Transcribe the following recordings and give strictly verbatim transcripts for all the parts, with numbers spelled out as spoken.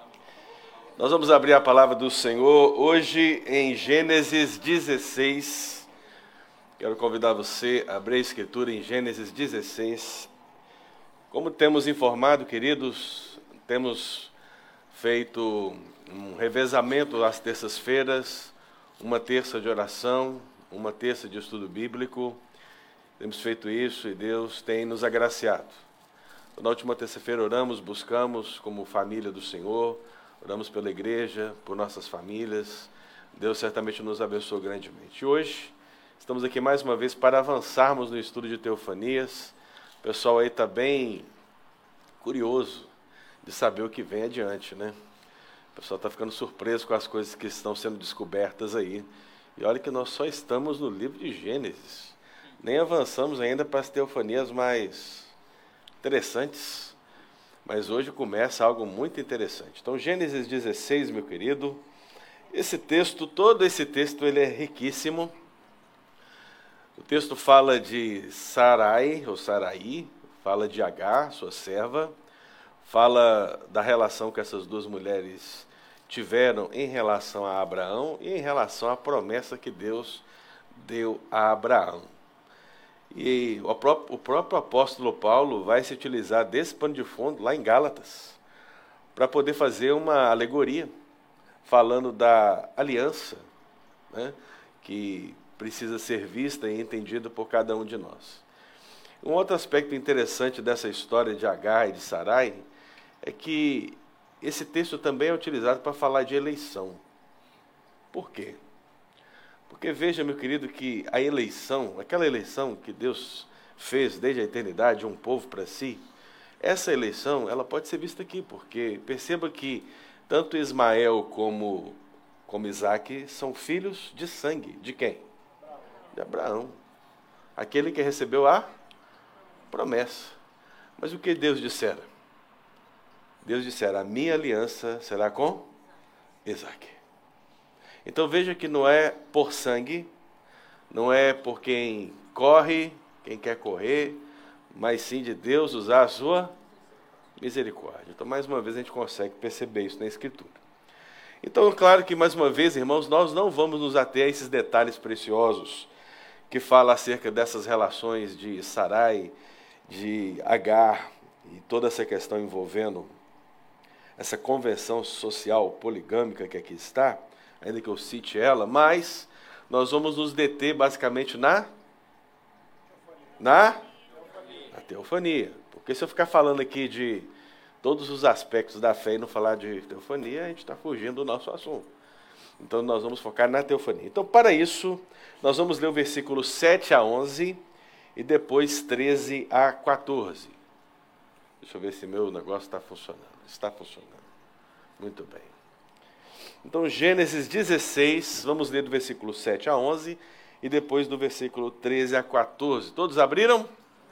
Nós vamos abrir a palavra do Senhor hoje em Gênesis dezesseis. Quero convidar você a abrir a escritura em Gênesis dezesseis. Como temos informado, queridos, temos feito um revezamento às terças-feiras, uma terça de oração, uma terça de estudo bíblico. Temos feito isso e Deus tem nos agraciado. Na última terça-feira oramos, buscamos como família do Senhor, oramos pela igreja, por nossas famílias. Deus certamente nos abençoou grandemente. E hoje estamos aqui mais uma vez para avançarmos no estudo de Teofanias. O pessoal aí está bem curioso de saber o que vem adiante, né? O pessoal está ficando surpreso com as coisas que estão sendo descobertas aí. E olha que nós só estamos no livro de Gênesis. Nem avançamos ainda para as teofanias mais interessantes. Mas hoje começa algo muito interessante. Então, Gênesis dezesseis, meu querido, esse texto, todo esse texto, ele é riquíssimo. O texto fala de Sarai, ou Sarai, fala de Agar, sua serva, fala da relação que essas duas mulheres tiveram em relação a Abraão e em relação à promessa que Deus deu a Abraão. E o próprio, o próprio apóstolo Paulo vai se utilizar desse pano de fundo lá em Gálatas para poder fazer uma alegoria falando da aliança, né, que precisa ser vista e entendida por cada um de nós. Um outro aspecto interessante dessa história de Agar e de Sarai é que esse texto também é utilizado para falar de eleição. Por quê? Porque veja, meu querido, que a eleição, aquela eleição que Deus fez desde a eternidade, um povo para si, essa eleição, ela pode ser vista aqui, porque perceba que tanto Ismael como, como Isaac são filhos de sangue. De quem? De Abraão. Aquele que recebeu a promessa. Mas o que Deus dissera? Deus dissera, a minha aliança será com Isaac. Então veja que não é por sangue, não é por quem corre, quem quer correr, mas sim de Deus usar a sua misericórdia. Então, mais uma vez, a gente consegue perceber isso na Escritura. Então, claro que, mais uma vez, irmãos, nós não vamos nos ater a esses detalhes preciosos que falam acerca dessas relações de Sarai, de Agar, e toda essa questão envolvendo essa convenção social poligâmica que aqui está, ainda que eu cite ela, mas nós vamos nos deter basicamente na, na, na teofania. Porque se eu ficar falando aqui de todos os aspectos da fé e não falar de teofania, a gente está fugindo do nosso assunto. Então nós vamos focar na teofania. Então, para isso, nós vamos ler o versículo sete a onze e depois treze a quatorze. Deixa eu ver se meu negócio está funcionando. Está funcionando. Muito bem. Então, Gênesis dezesseis, vamos ler do versículo sete a onze e depois do versículo treze a quatorze. Todos abriram?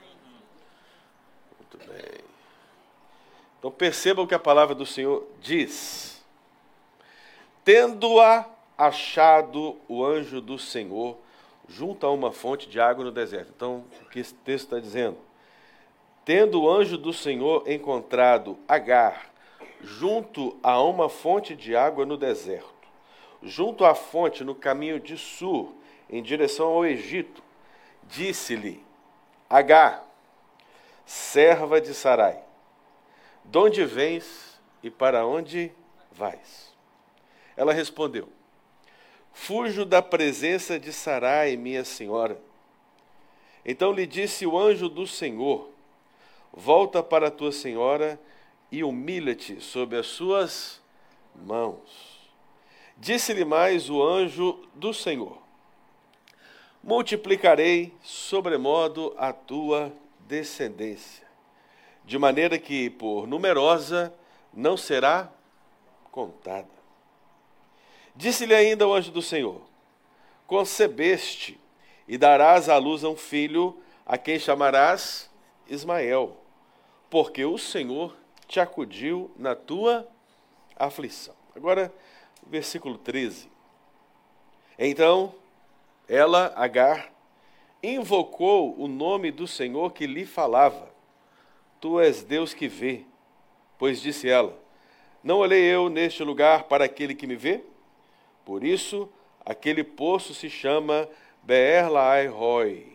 Muito bem. Então, percebam o que a palavra do Senhor diz. Tendo-a achado o anjo do Senhor junto a uma fonte de água no deserto. Então, o que esse texto está dizendo? Tendo o anjo do Senhor encontrado Agar junto a uma fonte de água no deserto, junto à fonte no caminho de Sur, em direção ao Egito, disse-lhe, Agar, serva de Sarai, de onde vens e para onde vais? Ela respondeu, fujo da presença de Sarai, minha senhora. Então lhe disse o anjo do Senhor, volta para a tua senhora e humilha-te sob as suas mãos. Disse-lhe mais o anjo do Senhor, multiplicarei sobremodo a tua descendência, de maneira que, por numerosa, não será contada. Disse-lhe ainda o anjo do Senhor, concebeste e darás à luz a um filho, a quem chamarás Ismael, porque o Senhor te acudiu na tua aflição. Agora, versículo treze. Então, ela, Agar, invocou o nome do Senhor que lhe falava. Tu és Deus que vê. Pois disse ela, Não olhei eu neste lugar para aquele que me vê? Por isso, aquele poço se chama Beer Lahai Roi.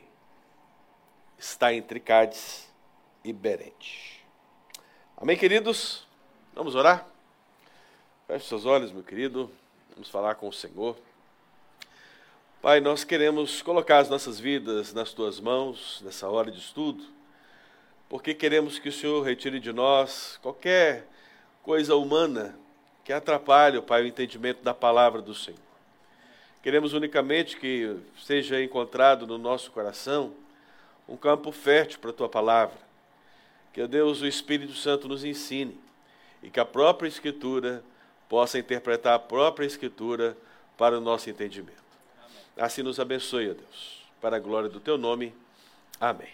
Está entre Cádiz e Berente. Amém, queridos? Vamos orar? Feche seus olhos, meu querido. Vamos falar com o Senhor. Pai, nós queremos colocar as nossas vidas nas Tuas mãos, nessa hora de estudo, porque queremos que o Senhor retire de nós qualquer coisa humana que atrapalhe, Pai, o entendimento da palavra do Senhor. Queremos unicamente que seja encontrado no nosso coração um campo fértil para a Tua palavra. Que, Deus, o Espírito Santo nos ensine e que a própria Escritura possa interpretar a própria Escritura para o nosso entendimento. Assim nos abençoe, ó Deus, para a glória do Teu nome. Amém.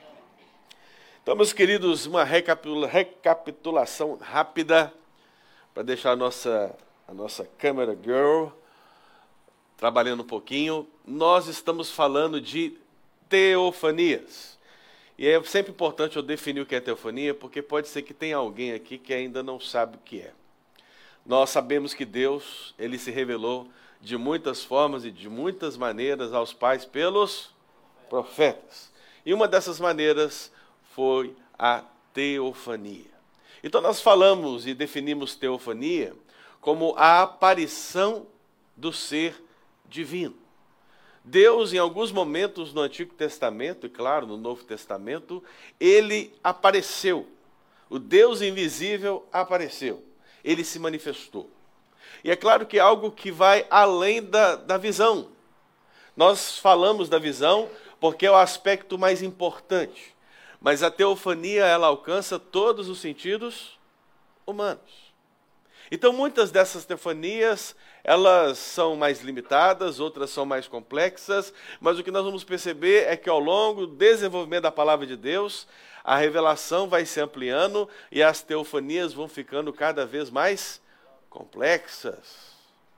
Então, meus queridos, uma recapitula- recapitulação rápida para deixar a nossa, a nossa câmera girl trabalhando um pouquinho. Nós estamos falando de teofanias. E é sempre importante eu definir o que é teofania, porque pode ser que tenha alguém aqui que ainda não sabe o que é. Nós sabemos que Deus, Ele se revelou de muitas formas e de muitas maneiras aos pais pelos profetas. E uma dessas maneiras foi a teofania. Então nós falamos e definimos teofania como a aparição do ser divino. Deus, em alguns momentos no Antigo Testamento, e claro, no Novo Testamento, Ele apareceu. O Deus invisível apareceu. Ele se manifestou. E é claro que é algo que vai além da, da visão. Nós falamos da visão porque é o aspecto mais importante. Mas a teofania, ela alcança todos os sentidos humanos. Então, muitas dessas teofanias, elas são mais limitadas, outras são mais complexas, mas o que nós vamos perceber é que ao longo do desenvolvimento da palavra de Deus, a revelação vai se ampliando e as teofanias vão ficando cada vez mais complexas,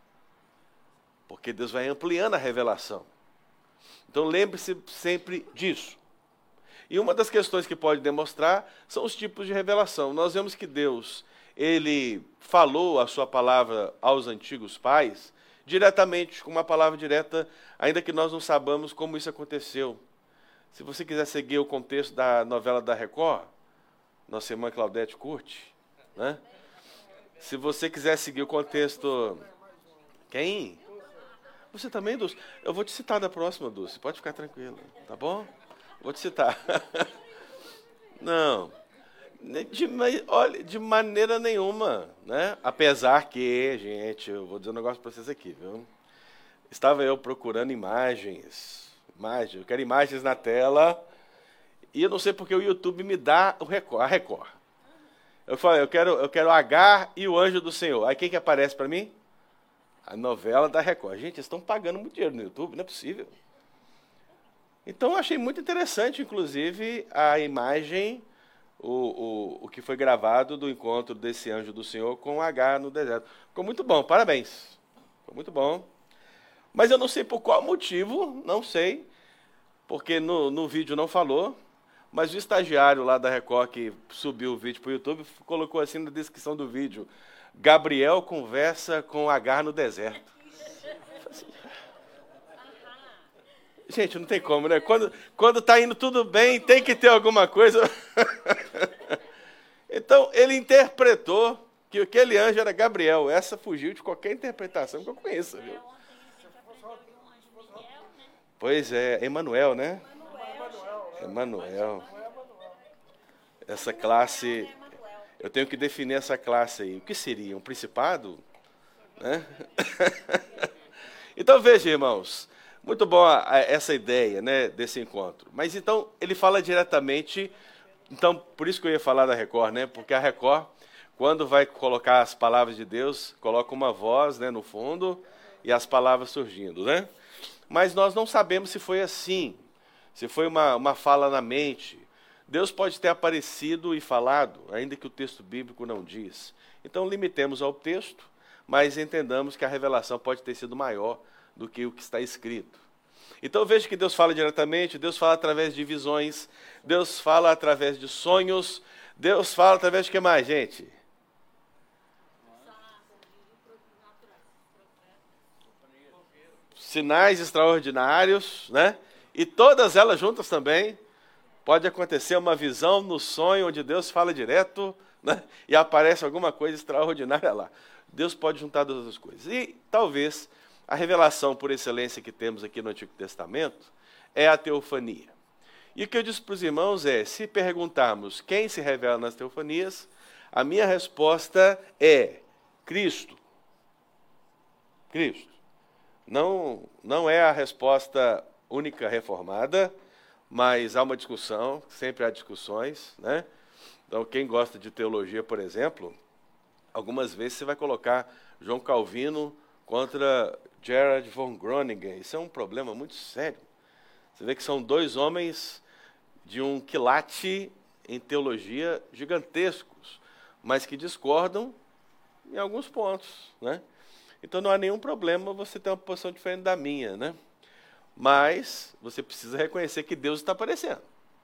porque Deus vai ampliando a revelação. Então lembre-se sempre disso. E uma das questões que pode demonstrar são os tipos de revelação. Nós vemos que Deus, Ele falou a sua palavra aos antigos pais, diretamente, com uma palavra direta, ainda que nós não sabamos como isso aconteceu. Se você quiser seguir o contexto da novela da Record, nossa irmã Claudete curte, né? Se você quiser seguir o contexto... Quem? Você também, Dulce? Eu vou te citar da próxima, Dulce. Pode ficar tranquila, tá bom? Vou te citar. Não. De, olha, de maneira nenhuma, né? Apesar que, gente, eu vou dizer um negócio para vocês aqui, viu? Estava eu procurando imagens. Imagens. Eu quero imagens na tela. E eu não sei porque o YouTube me dá o Record, a Record. Eu falei, eu quero, eu quero Agar e o Anjo do Senhor. Aí quem que aparece para mim? A novela da Record. Gente, eles estão pagando muito dinheiro no YouTube, não é possível. Então eu achei muito interessante, inclusive, a imagem, o, o, o que foi gravado do encontro desse Anjo do Senhor com Agar no deserto. Ficou muito bom, parabéns. Ficou muito bom. Mas eu não sei por qual motivo, não sei, porque no, no vídeo não falou, mas o estagiário lá da Record que subiu o vídeo para o YouTube colocou assim na descrição do vídeo: Gabriel conversa com Agar no deserto. Gente, não tem como, né? Quando, quando tá indo tudo bem, tem que ter alguma coisa. Então, ele interpretou que aquele anjo era Gabriel. Essa fugiu de qualquer interpretação que eu conheça, viu? Pois é, Emanuel, né? Emanuel. Essa classe, eu tenho que definir essa classe aí. O que seria? Um principado? Né? Então, veja, irmãos, muito boa essa ideia, né, desse encontro. Mas então, ele fala diretamente, então, por isso que eu ia falar da Record, né? Porque a Record, quando vai colocar as palavras de Deus, coloca uma voz, né, no fundo e as palavras surgindo, né? Mas nós não sabemos se foi assim, se foi uma, uma fala na mente. Deus pode ter aparecido e falado, ainda que o texto bíblico não diz. Então, limitemos ao texto, mas entendamos que a revelação pode ter sido maior do que o que está escrito. Então, veja que Deus fala diretamente, Deus fala através de visões, Deus fala através de sonhos, Deus fala através de que mais, gente? sinais extraordinários, né? E todas elas juntas também. Pode acontecer uma visão no sonho onde Deus fala direto, né? E aparece alguma coisa extraordinária lá. Deus pode juntar todas as coisas. E talvez a revelação por excelência que temos aqui no Antigo Testamento é a teofania. E o que eu disse para os irmãos é, se perguntarmos quem se revela nas teofanias, a minha resposta é Cristo. Cristo. Não, não é a resposta única reformada, mas há uma discussão, sempre há discussões, né? Então, quem gosta de teologia, por exemplo, algumas vezes você vai colocar João Calvino contra Gerhard von Groningen. Isso é um problema muito sério. Você vê que são dois homens de um quilate em teologia gigantescos, mas que discordam em alguns pontos, né? Então não há nenhum problema você ter uma posição diferente da minha, né? Mas você precisa reconhecer que Deus está aparecendo.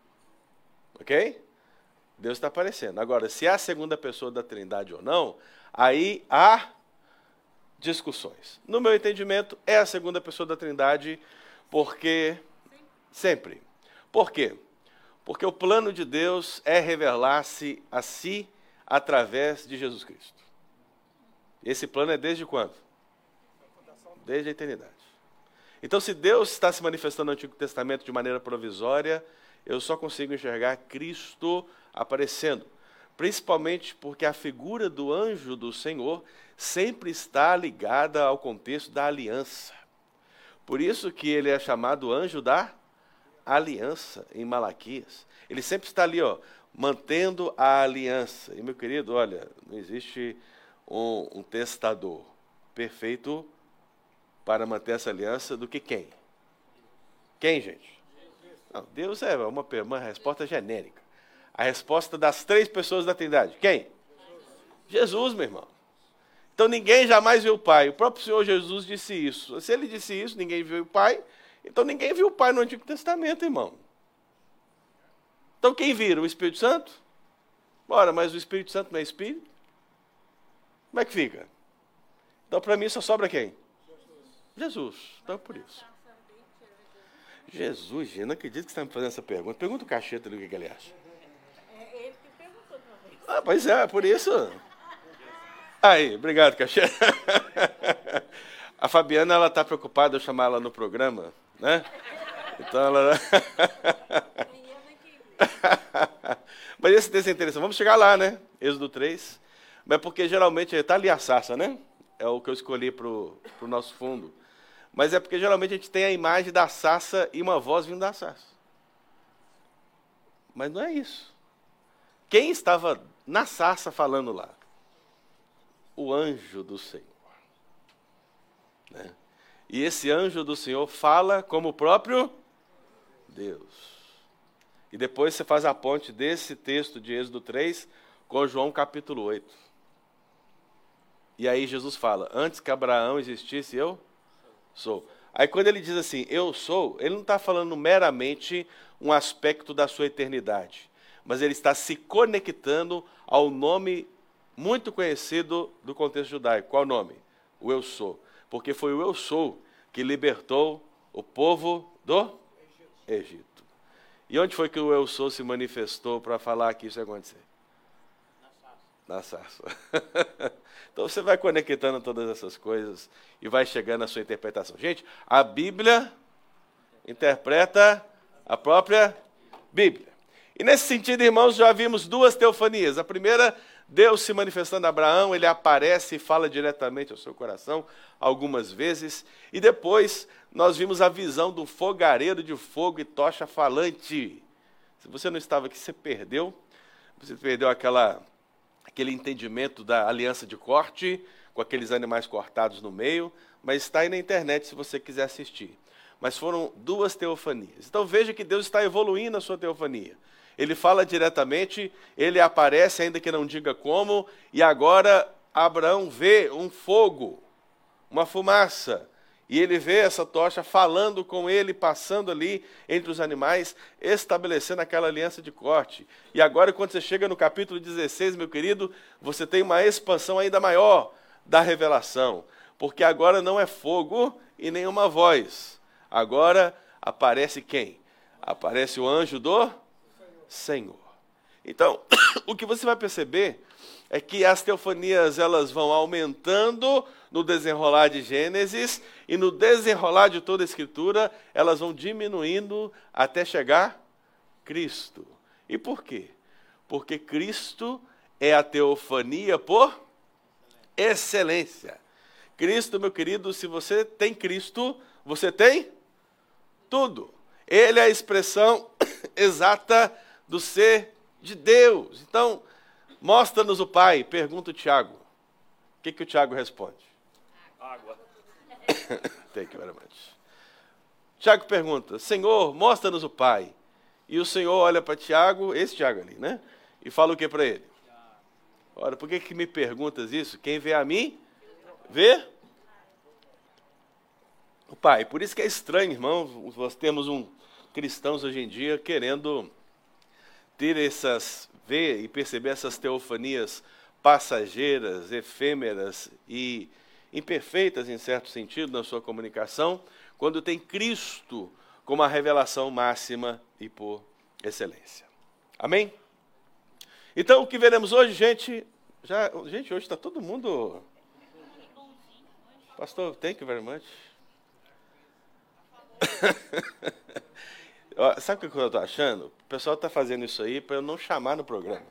Ok? Deus está aparecendo. Agora, se é a segunda pessoa da Trindade ou não, aí há discussões. No meu entendimento, é a segunda pessoa da Trindade, porque... Sempre. Por quê? Porque o plano de Deus é revelar-se a si através de Jesus Cristo. Esse plano é desde quando? Desde a eternidade. Então, se Deus está se manifestando no Antigo Testamento de maneira provisória, eu só consigo enxergar Cristo aparecendo. Principalmente porque a figura do anjo do Senhor sempre está ligada ao contexto da aliança. Por isso que ele é chamado anjo da aliança em Malaquias. Ele sempre está ali, ó, mantendo a aliança. E, meu querido, olha, não existe um, um testador perfeito para manter essa aliança do que quem? Quem, gente? Não, Deus é uma, uma resposta genérica. A resposta das três pessoas da Trindade. Quem? Jesus, meu irmão. Então ninguém jamais viu o Pai. O próprio Senhor Jesus disse isso. Se ele disse isso, ninguém viu o Pai. Então ninguém viu o Pai no Antigo Testamento, irmão. Então quem vira? O Espírito Santo? Ora, mas o Espírito Santo não é Espírito? Como é que fica? Então para mim só sobra quem? Jesus. Então é por isso. Jesus, gente, não acredito que você está me fazendo essa pergunta. Pergunta o Cacheta ali o que ele acha. É ele que perguntou também. Ah, pois é, por isso. Aí, obrigado, Cacheta. A Fabiana, ela está preocupada eu chamar ela no programa, né? Então ela... Mas esse texto é interessante. Vamos chegar lá, né? Êxodo três. Mas porque geralmente está ali a sarça, né? É o que eu escolhi para o nosso fundo. Mas é porque geralmente a gente tem a imagem da sarça e uma voz vindo da sarça. Mas não é isso. Quem estava na sarça falando lá? O anjo do Senhor. Né? E esse anjo do Senhor fala como o próprio Deus. E depois você faz a ponte desse texto de Êxodo três com João capítulo oito. E aí Jesus fala, antes que Abraão existisse, eu sou. Aí quando ele diz assim, eu sou, ele não está falando meramente um aspecto da sua eternidade, mas ele está se conectando ao nome muito conhecido do contexto judaico. Qual o nome? O eu sou. Porque foi o eu sou que libertou o povo do Egito. E onde foi que o eu sou se manifestou para falar que isso ia acontecer? Na sarça. Então você vai conectando todas essas coisas e vai chegando à sua interpretação. Gente, a Bíblia interpreta a própria Bíblia. E nesse sentido, irmãos, já vimos duas teofanias. A primeira, Deus se manifestando a Abraão, ele aparece e fala diretamente ao seu coração algumas vezes. E depois nós vimos a visão do fogareiro de fogo e tocha falante. Se você não estava aqui, você perdeu. Você perdeu aquela... aquele entendimento da aliança de corte, com aqueles animais cortados no meio, mas está aí na internet se você quiser assistir. Mas foram duas teofanias. Então veja que Deus está evoluindo a sua teofania. Ele fala diretamente, ele aparece, ainda que não diga como, e agora Abraão vê um fogo, uma fumaça, e ele vê essa tocha falando com ele, passando ali entre os animais, estabelecendo aquela aliança de corte. E agora, quando você chega no capítulo dezesseis, meu querido, você tem uma expansão ainda maior da revelação. Porque agora não é fogo e nenhuma voz. Agora aparece quem? Aparece o anjo do Senhor. Então, o que você vai perceber é que as teofanias elas vão aumentando no desenrolar de Gênesis e no desenrolar de toda a Escritura, elas vão diminuindo até chegar Cristo. E por quê? Porque Cristo é a teofania por excelência. Cristo, meu querido, se você tem Cristo, você tem tudo. Ele é a expressão exata do ser de Deus. Então, mostra-nos o Pai, pergunta o Tiago. O que, que o Tiago responde? Água. Thank you very much. Tiago pergunta, Senhor, mostra-nos o Pai. E o Senhor olha para Tiago, esse Tiago ali, né? E fala o que para ele? Ora, por que, que me perguntas isso? Quem vê a mim, vê o Pai. Por isso que é estranho, irmão, nós temos um cristãos hoje em dia querendo ter essas, ver e perceber essas teofanias passageiras, efêmeras e imperfeitas, em certo sentido, na sua comunicação, quando tem Cristo como a revelação máxima e por excelência. Amém? Então, o que veremos hoje, gente, já, gente, hoje está todo mundo... Pastor, thank you very much. Sabe o que eu estou achando? O pessoal está fazendo isso aí para eu não chamar no programa.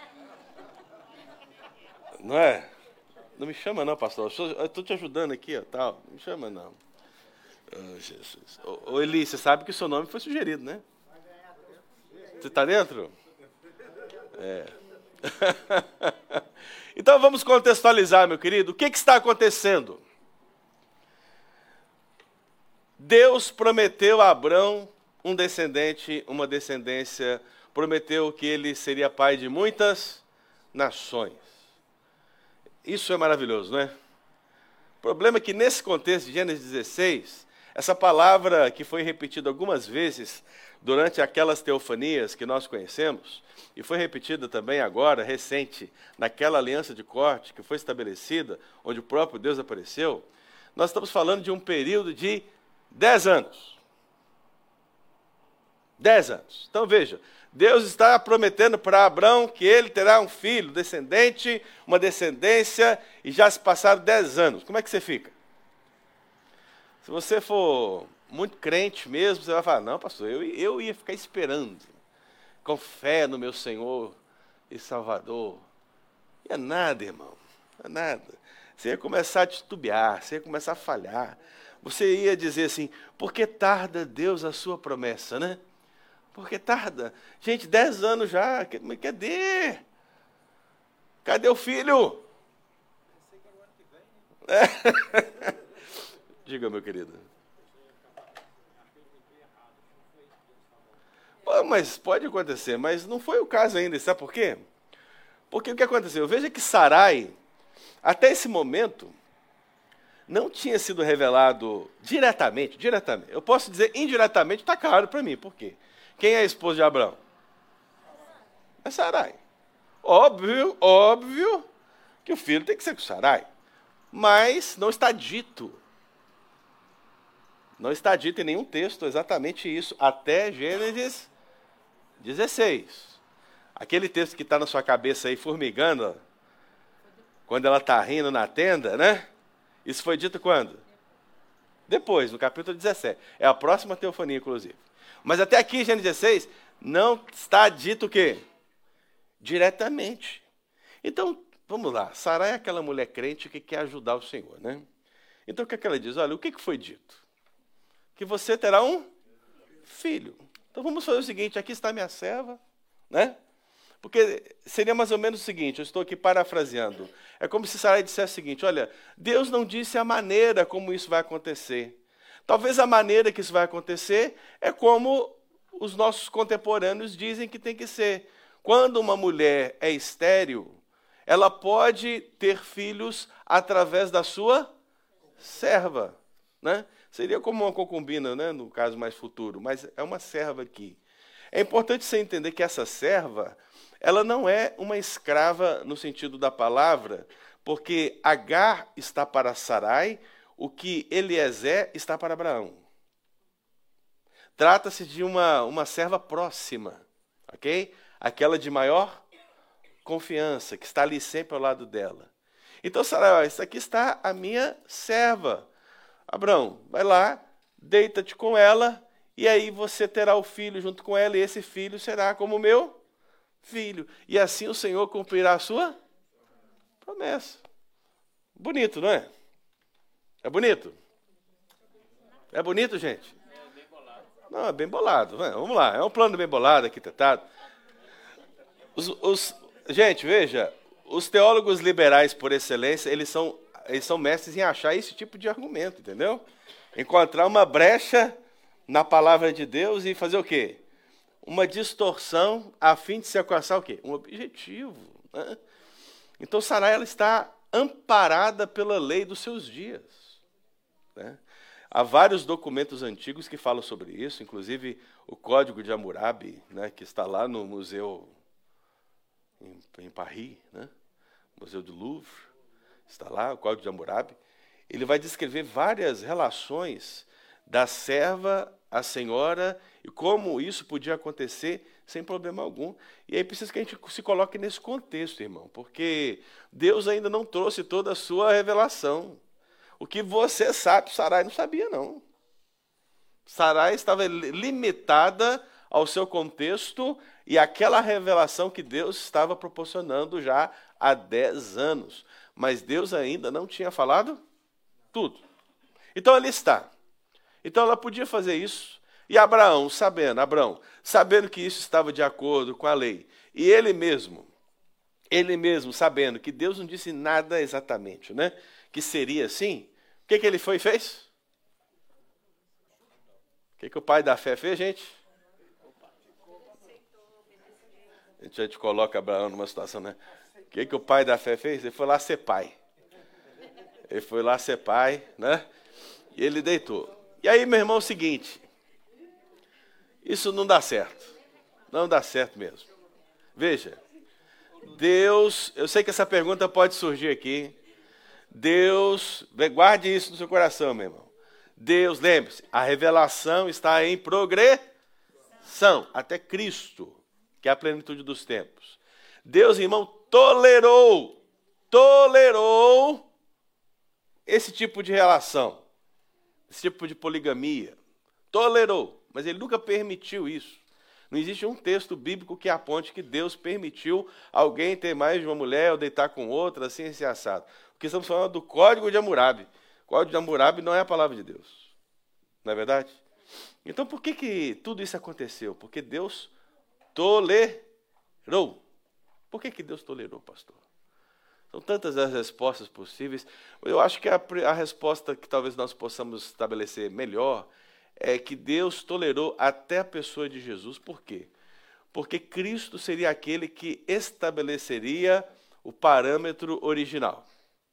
Não é? Não me chama não, pastor. Eu estou te ajudando aqui, ó, tal. Não me chama não. Oh, Jesus. Ô, ô Eli, você sabe que o seu nome foi sugerido, né? Você está dentro? É. Então vamos contextualizar, meu querido. O que, que está acontecendo? Deus prometeu a Abrão um descendente, uma descendência, prometeu que ele seria pai de muitas nações. Isso é maravilhoso, não é? O problema é que nesse contexto de Gênesis dezesseis, essa palavra que foi repetida algumas vezes durante aquelas teofanias que nós conhecemos, e foi repetida também agora, recente, naquela aliança de corte que foi estabelecida, onde o próprio Deus apareceu, nós estamos falando de um período de dez anos. Dez anos. Então veja, Deus está prometendo para Abrão que ele terá um filho, descendente, uma descendência, e já se passaram dez anos. Como é que você fica? Se você for muito crente mesmo, você vai falar, não, pastor, eu, eu ia ficar esperando, com fé no meu Senhor e Salvador. Não é nada, irmão, não é nada. Você ia começar a titubear, você ia começar a falhar. Você ia dizer assim, por que tarda Deus a sua promessa, né? Porque tarda. Gente, dez anos já, cadê? Cadê o filho? É. Diga, meu querido. Pô, mas pode acontecer, mas não foi o caso ainda, sabe por quê? Porque o que aconteceu? Veja que Sarai, até esse momento, não tinha sido revelado diretamente, diretamente. Eu posso dizer indiretamente, está claro para mim. Por quê? Quem é a esposa de Abraão? É Sarai. Óbvio, óbvio que o filho tem que ser com Sarai. Mas não está dito. Não está dito em nenhum texto exatamente isso, até Gênesis dezesseis. Aquele texto que está na sua cabeça aí formigando, ó, quando ela está rindo na tenda, né? Isso foi dito quando? Depois, no capítulo dezessete. É a próxima teofania, inclusive. Mas até aqui, Gênesis dezesseis, não está dito o quê? Diretamente. Então, vamos lá. Sarai é aquela mulher crente que quer ajudar o Senhor, né? Então, o que é que ela diz? Olha, o que foi dito? Que você terá um filho. Então, vamos fazer o seguinte, aqui está minha serva, né? Porque seria mais ou menos o seguinte, eu estou aqui parafraseando. É como se Sarai dissesse o seguinte, olha, Deus não disse a maneira como isso vai acontecer. Talvez a maneira que isso vai acontecer é como os nossos contemporâneos dizem que tem que ser. Quando uma mulher é estéril, ela pode ter filhos através da sua serva, né? Seria como uma concubina, né, no caso mais futuro, mas é uma serva aqui. É importante você entender que essa serva, ela não é uma escrava no sentido da palavra, porque Agar está para Sarai, o que Eliezer está para Abraão. Trata-se de uma, uma serva próxima, ok? Aquela de maior confiança, que está ali sempre ao lado dela. Então, Sarai, isso aqui está a minha serva. Abraão, vai lá, deita-te com ela, e aí você terá o filho junto com ela, e esse filho será como meu filho. E assim o Senhor cumprirá a sua promessa. Bonito, não é? É bonito? É bonito, gente? Não, é bem bolado. Vamos lá, é um plano bem bolado, arquitetado. Os, os, gente, veja, os teólogos liberais por excelência, eles são, eles são mestres em achar esse tipo de argumento, entendeu? Encontrar uma brecha na palavra de Deus e fazer o quê? Uma distorção a fim de se alcançar o quê? Um objetivo. Né? Então, Sarai, ela está amparada pela lei dos seus dias. Né? Há vários documentos antigos que falam sobre isso, inclusive o Código de Hammurabi, né, que está lá no museu em, em Paris, né, Museu do Louvre, está lá o Código de Hammurabi. Ele vai descrever várias relações da serva à senhora e como isso podia acontecer sem problema algum. E aí precisa que a gente se coloque nesse contexto, irmão, porque Deus ainda não trouxe toda a sua revelação. O que você sabe, Sarai não sabia, não. Sarai estava limitada ao seu contexto e àquela revelação que Deus estava proporcionando já há dez anos. Mas Deus ainda não tinha falado tudo. Então, ali está. Então, ela podia fazer isso. E Abraão, sabendo, Abraão, sabendo que isso estava de acordo com a lei, e ele mesmo, ele mesmo sabendo que Deus não disse nada exatamente, né? Que seria assim, o que, que ele foi e fez? O que, que o pai da fé fez, gente? A gente já te coloca Abraão numa situação, né? O que, que o pai da fé fez? Ele foi lá ser pai. Ele foi lá ser pai, né? E ele deitou. E aí, meu irmão, é o seguinte, isso não dá certo. Não dá certo mesmo. Veja, Deus, eu sei que essa pergunta pode surgir aqui. Deus, guarde isso no seu coração, meu irmão. Deus, lembre-se, a revelação está em progressão, até Cristo, que é a plenitude dos tempos. Deus, irmão, tolerou, tolerou esse tipo de relação, esse tipo de poligamia. Tolerou, mas ele nunca permitiu isso. Não existe um texto bíblico que aponte que Deus permitiu alguém ter mais de uma mulher ou deitar com outra, assim, assim, assado. Porque estamos falando do Código de Hammurabi. O Código de Hammurabi não é a palavra de Deus. Não é verdade? Então, por que, que tudo isso aconteceu? Porque Deus tolerou. Por que, que Deus tolerou, pastor? São tantas as respostas possíveis. Eu acho que a, a resposta que talvez nós possamos estabelecer melhor é que Deus tolerou até a pessoa de Jesus. Por quê? Porque Cristo seria aquele que estabeleceria o parâmetro original.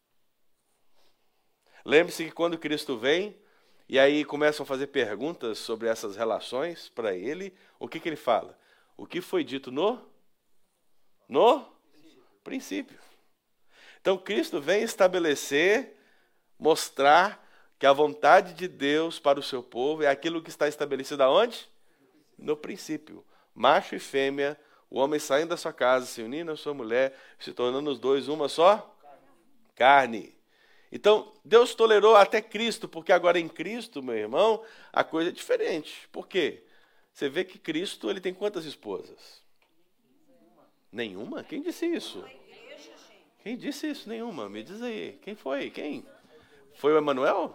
Lembre-se que quando Cristo vem, e aí começam a fazer perguntas sobre essas relações para ele, o que, que ele fala? O que foi dito no? No princípio. Então, Cristo vem estabelecer, mostrar que a vontade de Deus para o seu povo é aquilo que está estabelecido aonde? No princípio. Macho e fêmea, o homem saindo da sua casa, se unindo à sua mulher, se tornando os dois uma só carne. Então, Deus tolerou até Cristo, porque agora em Cristo, meu irmão, a coisa é diferente. Por quê? Você vê que Cristo, ele tem quantas esposas? Nenhuma? Quem disse isso? Quem disse isso? Nenhuma. Me diz aí. Quem foi? Quem? Foi o Emanuel?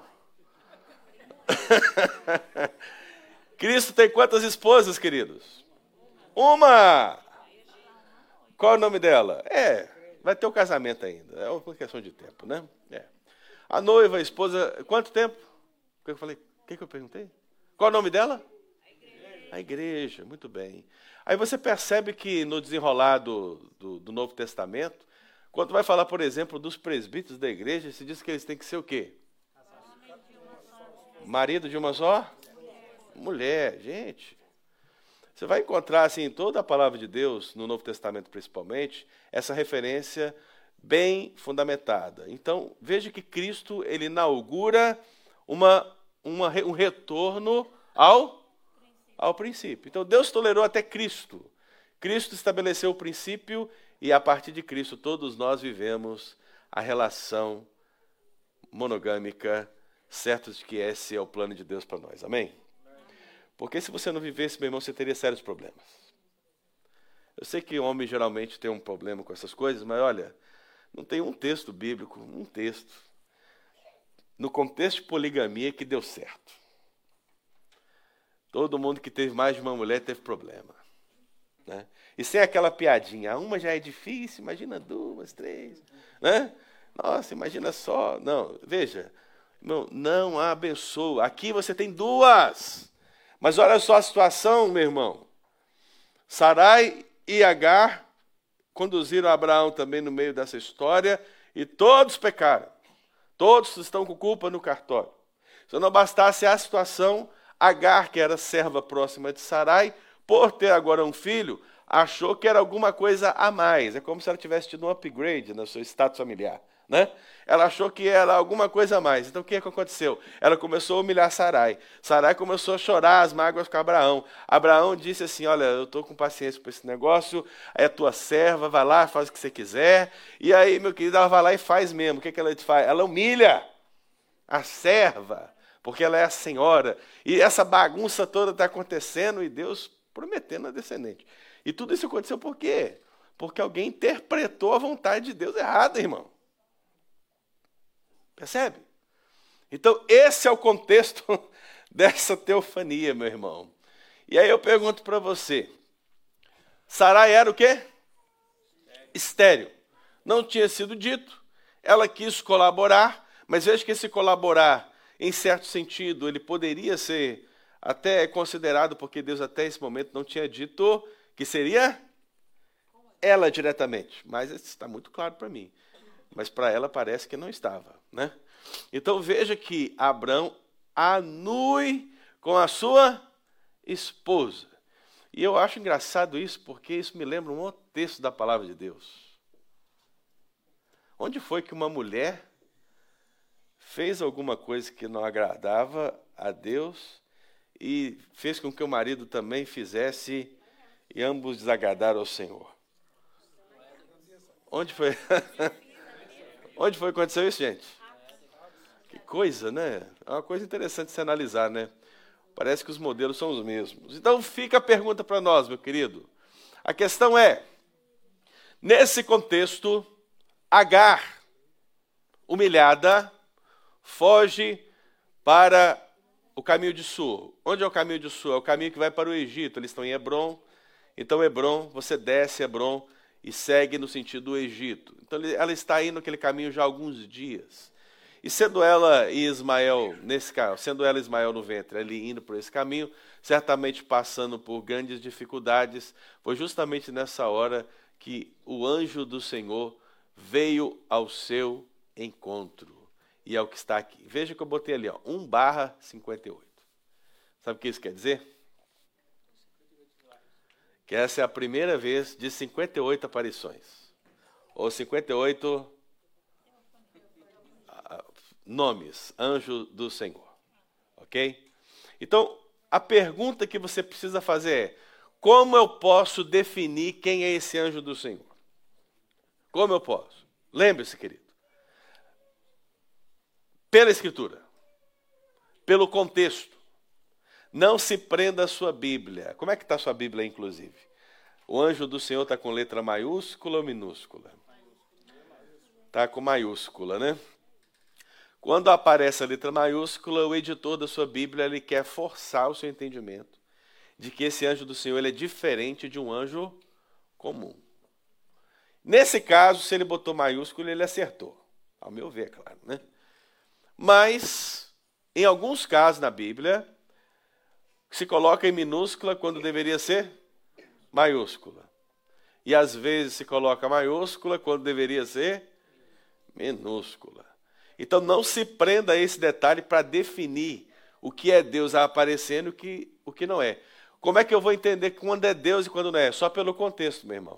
Cristo tem quantas esposas, queridos? Uma! Qual é o nome dela? É, vai ter o casamento ainda. É uma questão de tempo, né? É. A noiva, a esposa, quanto tempo? O que eu falei? O que eu perguntei? Qual é o nome dela? A igreja. A igreja, muito bem. Aí você percebe que no desenrolar do, do, do Novo Testamento, quando vai falar, por exemplo, dos presbíteros da igreja, se diz que eles têm que ser o quê? Marido de uma só? Mulher, gente. Você vai encontrar, assim, em toda a palavra de Deus, no Novo Testamento principalmente, essa referência bem fundamentada. Então, veja que Cristo ele inaugura uma, uma, um retorno ao, ao princípio. Então, Deus tolerou até Cristo. Cristo estabeleceu o princípio e, a partir de Cristo, todos nós vivemos a relação monogâmica, certos de que esse é o plano de Deus para nós. Amém? Porque se você não vivesse, meu irmão, você teria sérios problemas. Eu sei que o homem geralmente tem um problema com essas coisas, mas olha, não tem um texto bíblico, um texto, no contexto de poligamia que deu certo. Todo mundo que teve mais de uma mulher teve problema. Né? E sem aquela piadinha, uma já é difícil, imagina duas, três. Né? Nossa, imagina só. Não, veja, irmão, não abençoa. Aqui você tem duas. Mas olha só a situação, meu irmão. Sarai e Agar conduziram Abraão também no meio dessa história e todos pecaram. Todos estão com culpa no cartório. Se não bastasse a situação, Agar, que era serva próxima de Sarai, por ter agora um filho, achou que era alguma coisa a mais. É como se ela tivesse tido um upgrade no seu status familiar. Né? Ela achou que era alguma coisa a mais. Então o que, é que aconteceu? Ela começou a humilhar Sarai. Sarai começou a chorar as mágoas com Abraão. Abraão disse assim, olha, eu estou com paciência para esse negócio, é tua serva, vai lá, faz o que você quiser. E aí, meu querido, ela vai lá e faz mesmo. O que, é que ela faz? Ela humilha a serva, porque ela é a senhora. E essa bagunça toda está acontecendo e Deus prometendo a descendente. E tudo isso aconteceu por quê? Porque alguém interpretou a vontade de Deus errada, irmão. Percebe? Então, esse é o contexto dessa teofania, meu irmão. E aí eu pergunto para você, Sarai era o quê? Estéril. Não tinha sido dito, ela quis colaborar, mas veja que esse colaborar, em certo sentido, ele poderia ser até considerado, porque Deus até esse momento não tinha dito que seria ela diretamente. Mas isso está muito claro para mim. Mas para ela parece que não estava. Né? Então veja que Abrão anui com a sua esposa. E eu acho engraçado isso, porque isso me lembra um outro texto da palavra de Deus. Onde foi que uma mulher fez alguma coisa que não agradava a Deus e fez com que o marido também fizesse e ambos desagradaram ao Senhor? Onde foi? Onde foi que aconteceu isso, gente? Que coisa, né? É uma coisa interessante de se analisar, né? Parece que os modelos são os mesmos. Então fica a pergunta para nós, meu querido. A questão é, nesse contexto, Agar, humilhada, foge para o caminho de Sur. Onde é o caminho de Sur? É o caminho que vai para o Egito. Eles estão em Hebrom. Então, Hebrom, você desce Hebrom e segue no sentido do Egito. Então, ela está indo naquele caminho já há alguns dias. E sendo ela e Ismael, nesse caso, sendo ela e Ismael no ventre, ali indo por esse caminho, certamente passando por grandes dificuldades, foi justamente nessa hora que o anjo do Senhor veio ao seu encontro. E é o que está aqui. Veja que eu botei ali, ó, um barra cinquenta e oito. Sabe o que isso quer dizer? Que essa é a primeira vez de cinquenta e oito aparições. Ou cinquenta e oito nomes, anjo do Senhor. Ok? Então, a pergunta que você precisa fazer é, como eu posso definir quem é esse anjo do Senhor? Como eu posso? Lembre-se, querido. Pela Escritura. Pelo contexto. Não se prenda à sua Bíblia. Como é que está a sua Bíblia, inclusive? O anjo do Senhor está com letra maiúscula ou minúscula? Está com maiúscula, né? Quando aparece a letra maiúscula, o editor da sua Bíblia ele quer forçar o seu entendimento de que esse anjo do Senhor ele é diferente de um anjo comum. Nesse caso, se ele botou maiúsculo, ele acertou. Ao meu ver, claro, né? Mas, em alguns casos na Bíblia, se coloca em minúscula quando deveria ser maiúscula. E às vezes se coloca maiúscula quando deveria ser minúscula. Então não se prenda a esse detalhe para definir o que é Deus aparecendo e o que, o que não é. Como é que eu vou entender quando é Deus e quando não é? Só pelo contexto, meu irmão.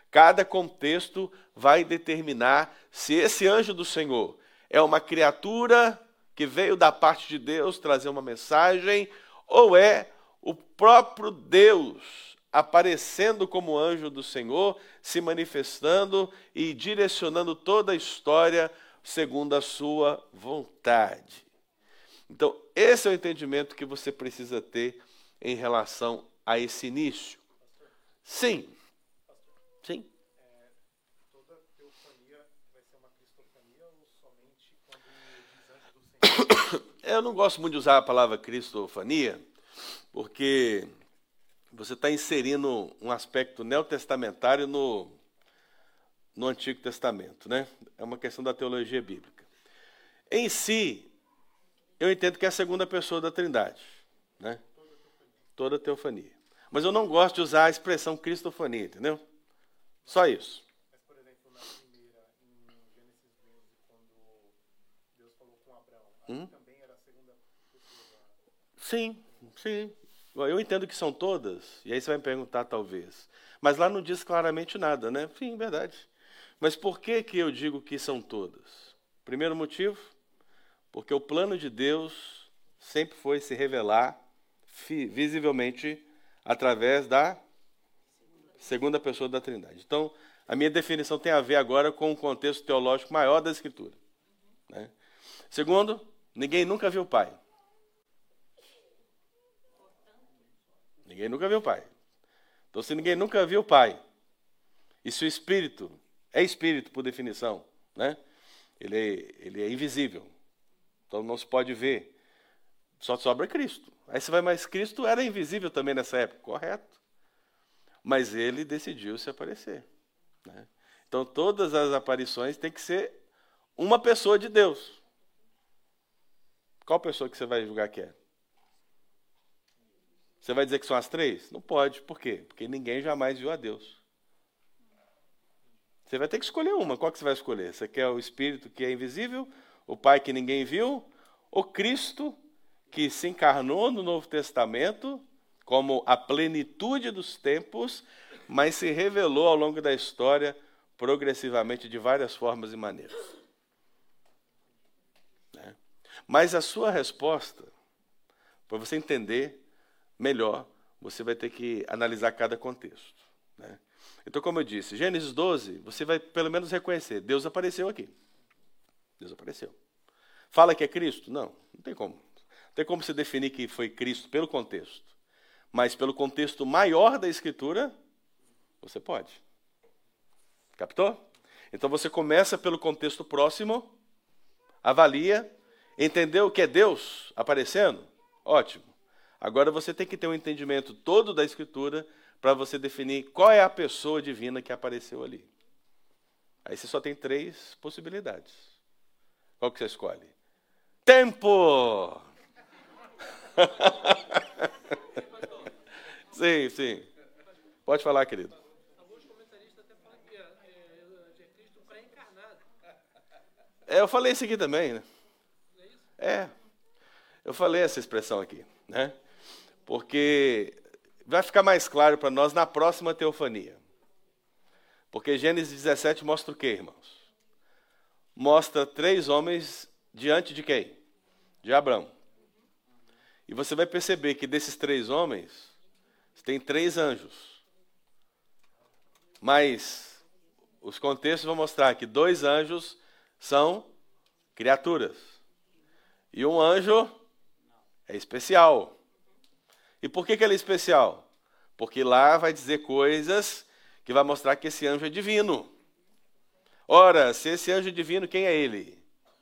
Cada contexto vai determinar se esse anjo do Senhor é uma criatura que veio da parte de Deus trazer uma mensagem, ou é o próprio Deus aparecendo como anjo do Senhor, se manifestando e direcionando toda a história segundo a sua vontade. Então, esse é o entendimento que você precisa ter em relação a esse início. Sim. Sim. É, toda teofania vai ser uma cristofania ou somente quando diz anjo do Senhor? Eu não gosto muito de usar a palavra cristofania, porque você está inserindo um aspecto neotestamentário no, no Antigo Testamento, né? É uma questão da teologia bíblica. Em si, eu entendo que é a segunda pessoa da Trindade, né? Toda teofania. Mas eu não gosto de usar a expressão cristofania, entendeu? Só isso. Mas, por exemplo, na primeira, em Gênesis doze, quando Deus falou com Abraão, Hum? também era a segunda pessoa da... Sim, sim. Eu entendo que são todas, e aí você vai me perguntar talvez. Mas lá não diz claramente nada, né? Sim, verdade. Mas por que que eu digo que são todas? Primeiro motivo, porque o plano de Deus sempre foi se revelar visivelmente através da segunda pessoa da Trindade. Então, a minha definição tem a ver agora com o contexto teológico maior da Escritura, né? Segundo, ninguém nunca viu o Pai. Ninguém nunca viu o Pai. Então, se ninguém nunca viu o Pai, e se o Espírito é Espírito, por definição, né? Ele é, ele é invisível. Então, não se pode ver. Só sobra Cristo. Aí você vai, mas Cristo era invisível também nessa época. Correto. Mas ele decidiu se aparecer, né? Então, todas as aparições têm que ser uma pessoa de Deus. Qual pessoa que você vai julgar que é? Você vai dizer que são as três? Não pode. Por quê? Porque ninguém jamais viu a Deus. Você vai ter que escolher uma. Qual que você vai escolher? Você quer o Espírito que é invisível? O Pai que ninguém viu? Ou Cristo que se encarnou no Novo Testamento como a plenitude dos tempos, mas se revelou ao longo da história progressivamente de várias formas e maneiras, né? Mas a sua resposta, para você entender melhor, você vai ter que analisar cada contexto, né? Então, como eu disse, Gênesis doze, você vai pelo menos reconhecer, Deus apareceu aqui. Deus apareceu. Fala que é Cristo? Não, não tem como. Não tem como se definir que foi Cristo pelo contexto. Mas pelo contexto maior da Escritura, você pode. Captou? Então você começa pelo contexto próximo, avalia, entendeu o que é Deus aparecendo? Ótimo. Agora você tem que ter um entendimento todo da Escritura para você definir qual é a pessoa divina que apareceu ali. Aí você só tem três possibilidades. Qual que você escolhe? Tempo! Sim, sim. Pode falar, querido. Alguns comentaristas até falam que é, é, é Cristo pré-encarnado. É, eu falei isso aqui também, né? Não é isso? É, eu falei essa expressão aqui, né? Porque vai ficar mais claro para nós na próxima teofania. Porque Gênesis dezessete mostra o quê, irmãos? Mostra três homens diante de quem? De Abraão. E você vai perceber que desses três homens, tem três anjos. Mas os contextos vão mostrar que dois anjos são criaturas. E um anjo é especial. E por que que ele é especial? Porque lá vai dizer coisas que vai mostrar que esse anjo é divino. Ora, se esse anjo é divino, quem é ele?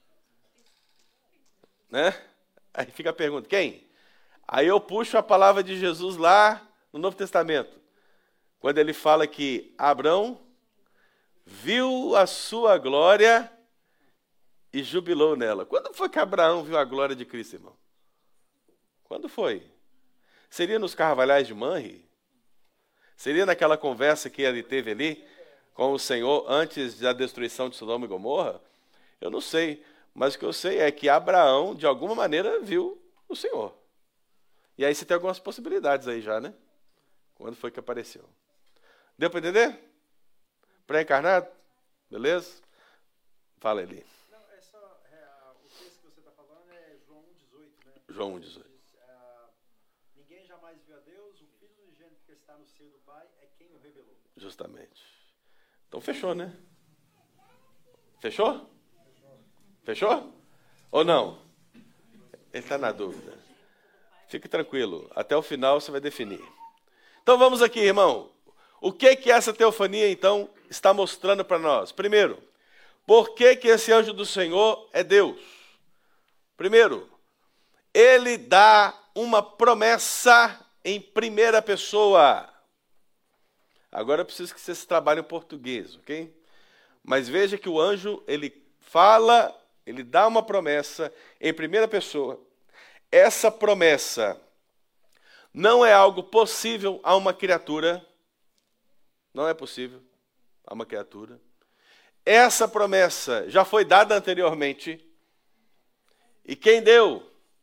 Né? Aí fica a pergunta, quem? Aí eu puxo a palavra de Jesus lá no Novo Testamento, quando ele fala que Abraão viu a sua glória e jubilou nela. Quando foi que Abraão viu a glória de Cristo, irmão? Quando foi? Seria nos carvalhais de Manre? Seria naquela conversa que ele teve ali com o Senhor antes da destruição de Sodoma e Gomorra? Eu não sei, mas o que eu sei é que Abraão, de alguma maneira, viu o Senhor. E aí você tem algumas possibilidades aí já, né? Quando foi que apareceu? Deu para entender? Pré-encarnado? Beleza? Fala, Eli. Não, é só, é, o texto que você está falando é João um, dezoito, né? João um, dezoito. Diz, ah, ninguém jamais viu a Deus, o Filho unigênito que está no seio do Pai é quem o revelou. Justamente. Então fechou, né? Fechou? Fechou? Ou não? Ele está na dúvida. Fique tranquilo. Até o final você vai definir. Então vamos aqui, irmão. O que que essa teofania, então, está mostrando para nós? Primeiro, por que que esse anjo do Senhor é Deus? Primeiro, ele dá uma promessa em primeira pessoa. Agora eu preciso que vocês trabalhem em português, ok? Mas veja que o anjo, ele fala, ele dá uma promessa em primeira pessoa. Essa promessa não é algo possível a uma criatura. Não é possível a uma criatura. Essa promessa já foi dada anteriormente. E quem deu?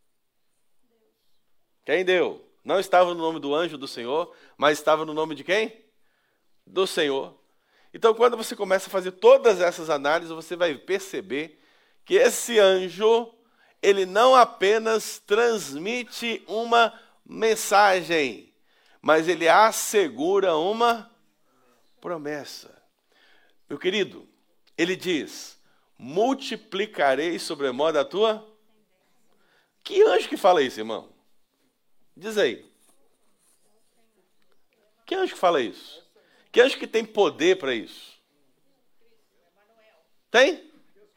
Quem deu? Não estava no nome do anjo do Senhor, mas estava no nome de quem? Do Senhor. Então, quando você começa a fazer todas essas análises, você vai perceber que esse anjo, ele não apenas transmite uma mensagem, mas ele assegura uma promessa. Meu querido, ele diz, multiplicarei sobremodo a tua... Que anjo que fala isso, irmão? Diz aí. Que anjo que fala isso? Que anjo que tem poder para isso? Tem?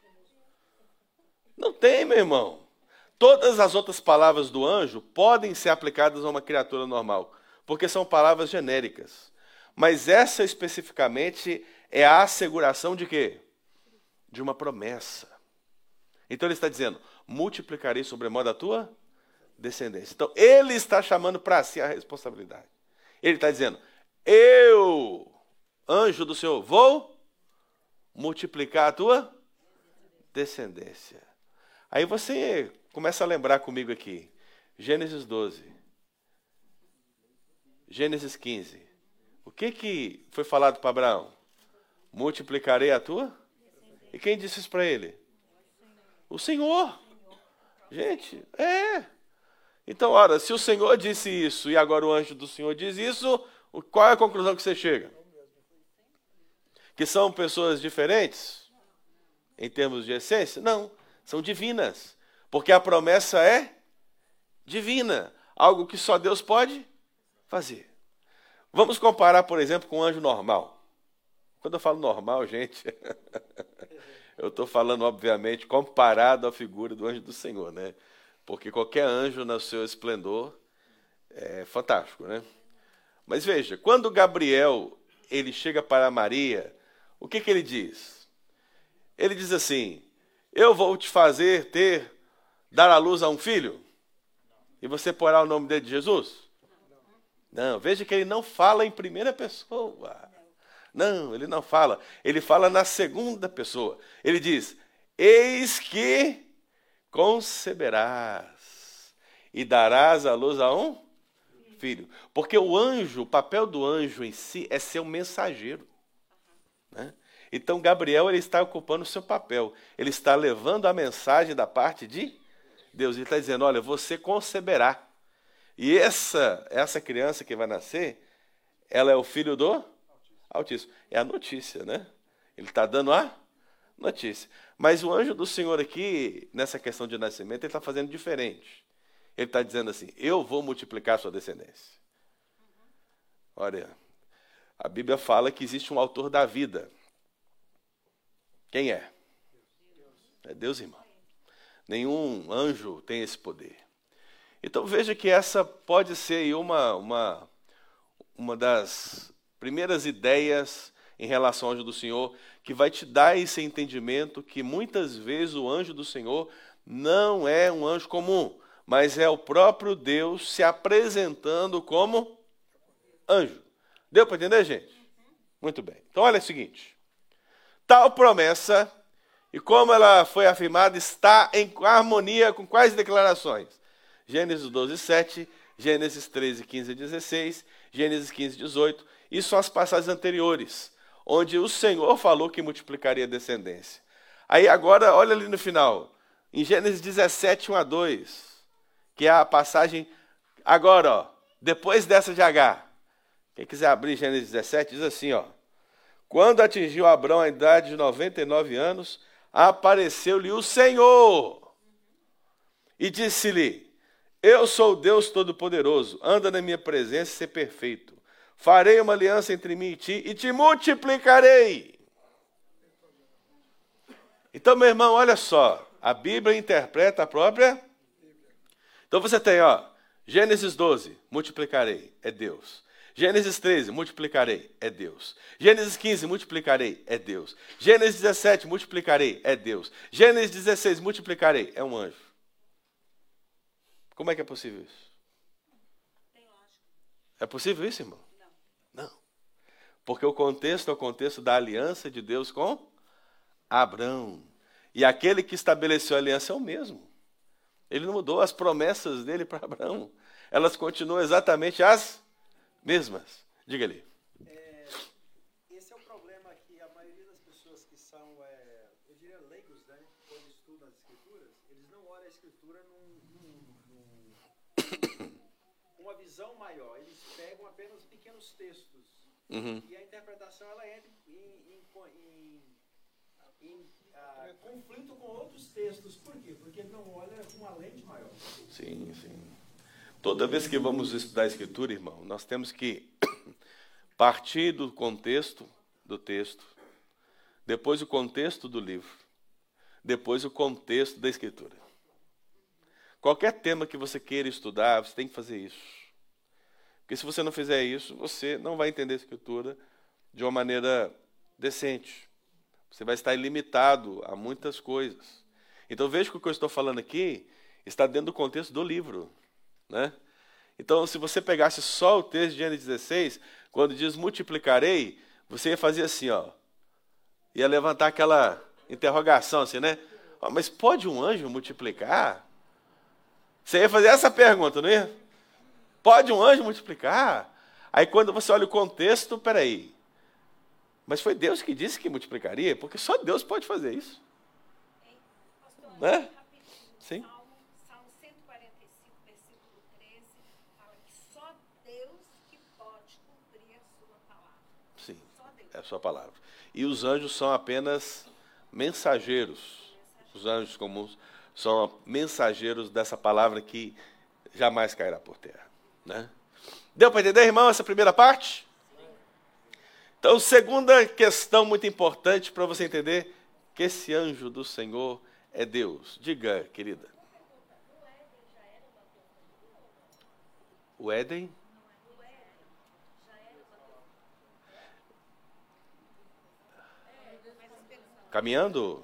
Não tem, meu irmão. Todas as outras palavras do anjo podem ser aplicadas a uma criatura normal, porque são palavras genéricas. Mas essa especificamente é a asseguração de quê? De uma promessa. Então ele está dizendo, multiplicarei sobremodo a tua descendência. Então ele está chamando para si a responsabilidade. Ele está dizendo, eu, anjo do Senhor, vou multiplicar a tua descendência. Aí você começa a lembrar comigo aqui. Gênesis doze. Gênesis quinze. O que, que foi falado para Abraão? Multiplicarei a tua? E quem disse isso para ele? O Senhor. Gente, é. Então, ora, se o Senhor disse isso e agora o anjo do Senhor diz isso, qual é a conclusão que você chega? Que são pessoas diferentes? Em termos de essência? Não, são divinas. Porque a promessa é divina. Algo que só Deus pode fazer. Vamos comparar, por exemplo, com um anjo normal. Quando eu falo normal, gente, eu estou falando, obviamente, comparado à figura do anjo do Senhor, né? Porque qualquer anjo no seu esplendor é fantástico, né? Mas veja, quando Gabriel ele chega para Maria, o que, que ele diz? Ele diz assim, eu vou te fazer ter, dar à luz a um filho, e você porá o nome dele de Jesus? Não, veja que ele não fala em primeira pessoa. Não, ele não fala. Ele fala na segunda pessoa. Ele diz, eis que conceberás e darás à luz a um filho. Porque o anjo, o papel do anjo em si é ser um mensageiro. Né? Então Gabriel ele está ocupando o seu papel. Ele está levando a mensagem da parte de Deus. Ele está dizendo, olha, você conceberá. E essa, essa criança que vai nascer, ela é o filho do Altíssimo. É a notícia, né? Ele está dando a notícia. Mas o anjo do Senhor aqui, nessa questão de nascimento, ele está fazendo diferente. Ele está dizendo assim, eu vou multiplicar a sua descendência. Olha, a Bíblia fala que existe um autor da vida. Quem é? É Deus, irmão. Nenhum anjo tem esse poder. Então veja que essa pode ser aí uma, uma, uma das primeiras ideias em relação ao anjo do Senhor, que vai te dar esse entendimento que muitas vezes o anjo do Senhor não é um anjo comum, mas é o próprio Deus se apresentando como anjo. Deu para entender, gente? Muito bem. Então olha o seguinte, tal promessa, e como ela foi afirmada, está em harmonia com quais declarações? Gênesis doze, sete, Gênesis treze, quinze e dezesseis, Gênesis quinze, dezoito. Isso são as passagens anteriores, onde o Senhor falou que multiplicaria a descendência. Aí agora, olha ali no final, em Gênesis dezessete, um a dois, que é a passagem, agora, ó, depois dessa de Agar. Quem quiser abrir Gênesis dezessete, diz assim, ó. Quando atingiu Abrão a idade de noventa e nove anos, apareceu-lhe o Senhor e disse-lhe, eu sou o Deus Todo-Poderoso, anda na minha presença e ser perfeito. Farei uma aliança entre mim e ti e te multiplicarei. Então, meu irmão, olha só, a Bíblia interpreta a própria. Então você tem, ó, Gênesis doze, multiplicarei, é Deus. Gênesis treze, multiplicarei, é Deus. Gênesis quinze, multiplicarei, é Deus. Gênesis dezessete, multiplicarei, é Deus. Gênesis dezesseis, multiplicarei, é um anjo. Como é que é possível isso? Tem lógica. É possível isso, irmão? Não. Não. Porque o contexto é o contexto da aliança de Deus com Abrão. E aquele que estabeleceu a aliança é o mesmo. Ele não mudou as promessas dele para Abrão. Elas continuam exatamente as mesmas. Diga ali. É, esse é o problema que a maioria das pessoas que são, é, eu diria, leigos, né, quando estudam as escrituras, eles não olham a escritura num, num, num, uma visão maior. Eles pegam apenas pequenos textos. Uhum. E a interpretação ela entra em, em, em, em ah, conflito com outros textos. Por quê? Porque ele não olha com uma lente maior. Sim, sim. Toda vez que vamos estudar a Escritura, irmão, nós temos que partir do contexto do texto, depois o contexto do livro, depois o contexto da Escritura. Qualquer tema que você queira estudar, você tem que fazer isso. Porque se você não fizer isso, você não vai entender a Escritura de uma maneira decente. Você vai estar ilimitado a muitas coisas. Então veja que o que eu estou falando aqui está dentro do contexto do livro. Né? Então, se você pegasse só o texto de Gênesis dezesseis, quando diz multiplicarei, você ia fazer assim, ó, ia levantar aquela interrogação assim, né? Oh, mas pode um anjo multiplicar? Você ia fazer essa pergunta, não ia? Pode um anjo multiplicar? Aí quando você olha o contexto, peraí, mas foi Deus que disse que multiplicaria? Porque só Deus pode fazer isso. Hein? Pastor, Né? rapidinho. Sim. Salmo, Salmo cento e quarenta e cinco, versículo treze, fala que só Deus que pode cumprir a sua palavra. Sim, Só Deus. é a sua palavra. E os anjos são apenas mensageiros. Os anjos comuns são mensageiros dessa palavra que jamais cairá por terra. Né? Deu para entender, irmão, essa primeira parte? Então, segunda questão muito importante para você entender que esse anjo do Senhor é Deus. Diga, querida. O Éden? Caminhando?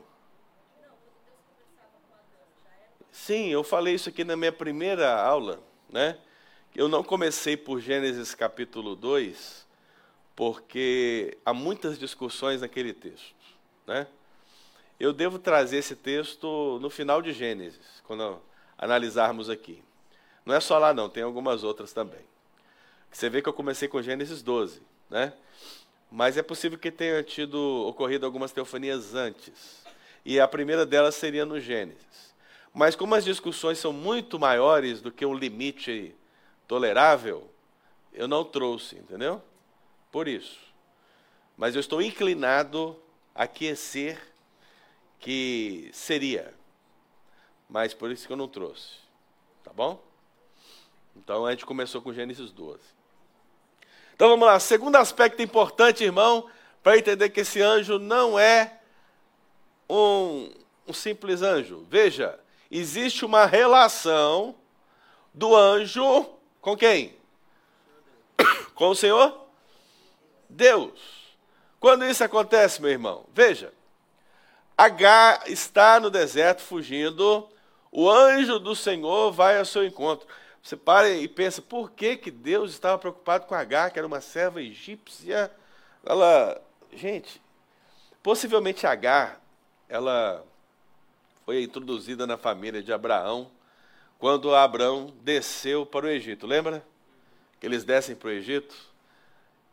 Sim, eu falei isso aqui na minha primeira aula, né? Eu não comecei por Gênesis capítulo dois, porque há muitas discussões naquele texto, né? Eu devo trazer esse texto no final de Gênesis, quando analisarmos aqui. Não é só lá não, tem algumas outras também. Você vê que eu comecei com Gênesis doze, né? Mas é possível que tenha tido ocorrido algumas teofanias antes. E a primeira delas seria no Gênesis. Mas como as discussões são muito maiores do que um limite tolerável, eu não trouxe, entendeu? Por isso. Mas eu estou inclinado a aquecer que seria. Mas por isso que eu não trouxe. Tá bom? Então a gente começou com Gênesis doze. Então vamos lá. Segundo aspecto importante, irmão, para entender que esse anjo não é um, um simples anjo. Veja, existe uma relação do anjo com quem? Com o Senhor? Deus. Quando isso acontece, meu irmão? Veja, Agar está no deserto fugindo, o anjo do Senhor vai ao seu encontro. Você para e pensa, por que, que Deus estava preocupado com Agar, que era uma serva egípcia? Ela, gente, possivelmente Agar, ela foi introduzida na família de Abraão, quando Abraão desceu para o Egito. Lembra? Que eles descem para o Egito?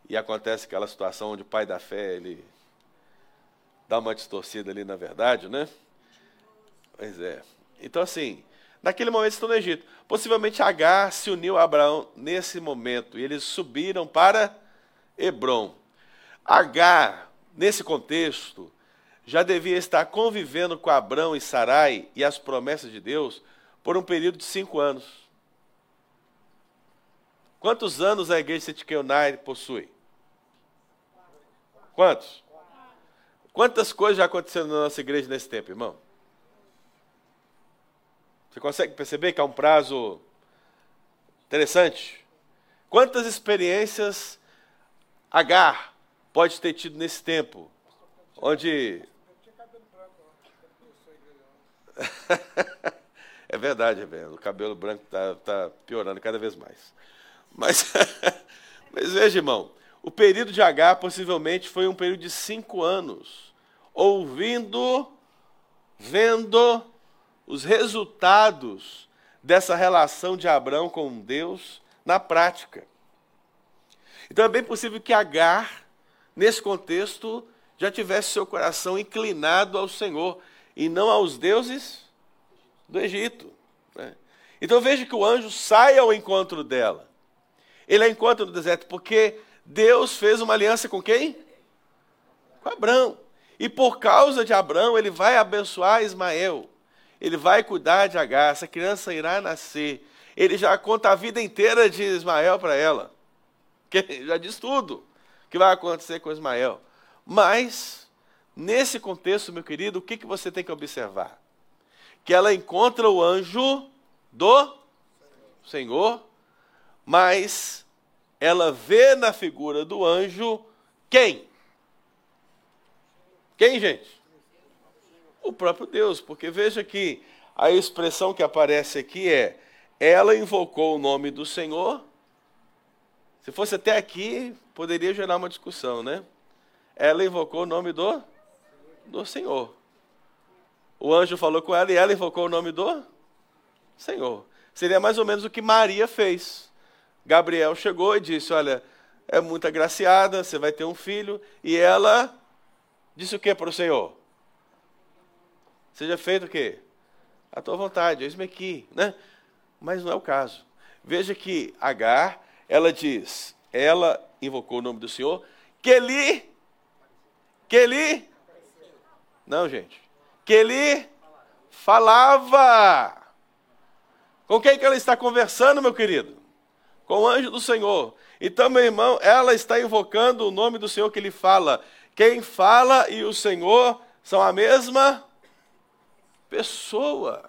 e acontece aquela situação onde o pai da fé, ele dá uma distorcida ali na verdade, né? Pois é. Então assim, naquele momento eles estão no Egito. Possivelmente Agar se uniu a Abraão nesse momento, e eles subiram para Hebrom. Agar, nesse contexto, já devia estar convivendo com Abrão e Sarai e as promessas de Deus por um período de cinco anos. Quantos anos a igreja Sitkeonai possui? Quantos? Quantas coisas já aconteceram na nossa igreja nesse tempo, irmão? Você consegue perceber que é um prazo interessante? Quantas experiências Agar pode ter tido nesse tempo? Onde... É verdade, é verdade. O cabelo branco está tá piorando cada vez mais. Mas, mas veja, irmão, o período de Agar possivelmente foi um período de cinco anos, ouvindo, vendo os resultados dessa relação de Abrão com Deus na prática. Então é bem possível que Agar, nesse contexto, já tivesse seu coração inclinado ao Senhor e não aos deuses do Egito, né? Então veja que o anjo sai ao encontro dela. Ele a encontra no deserto porque Deus fez uma aliança com quem? Com Abrão. E por causa de Abrão, ele vai abençoar Ismael. Ele vai cuidar de Agar. Essa criança irá nascer. Ele já conta a vida inteira de Ismael para ela. Que já diz tudo que vai acontecer com Ismael. Mas, nesse contexto, meu querido, o que, que você tem que observar? Que ela encontra o anjo do Senhor, mas ela vê na figura do anjo quem? Quem, gente? O próprio Deus, porque veja que a expressão que aparece aqui é: ela invocou o nome do Senhor. Se fosse até aqui, poderia gerar uma discussão, né? Ela invocou o nome do, do Senhor. O anjo falou com ela e ela invocou o nome do Senhor. Seria mais ou menos o que Maria fez. Gabriel chegou e disse: olha, é muito agraciada, você vai ter um filho. E ela disse o que para o Senhor? Seja feito o quê? A tua vontade, eis-me aqui, né? Mas não é o caso. Veja que Agar, ela diz, ela invocou o nome do Senhor, que lhe, que lhe, não, gente, que lhe falava. Com quem que ela está conversando, meu querido? Com o anjo do Senhor. Então, meu irmão, ela está invocando o nome do Senhor que lhe fala. Quem fala e o Senhor são a mesma pessoa.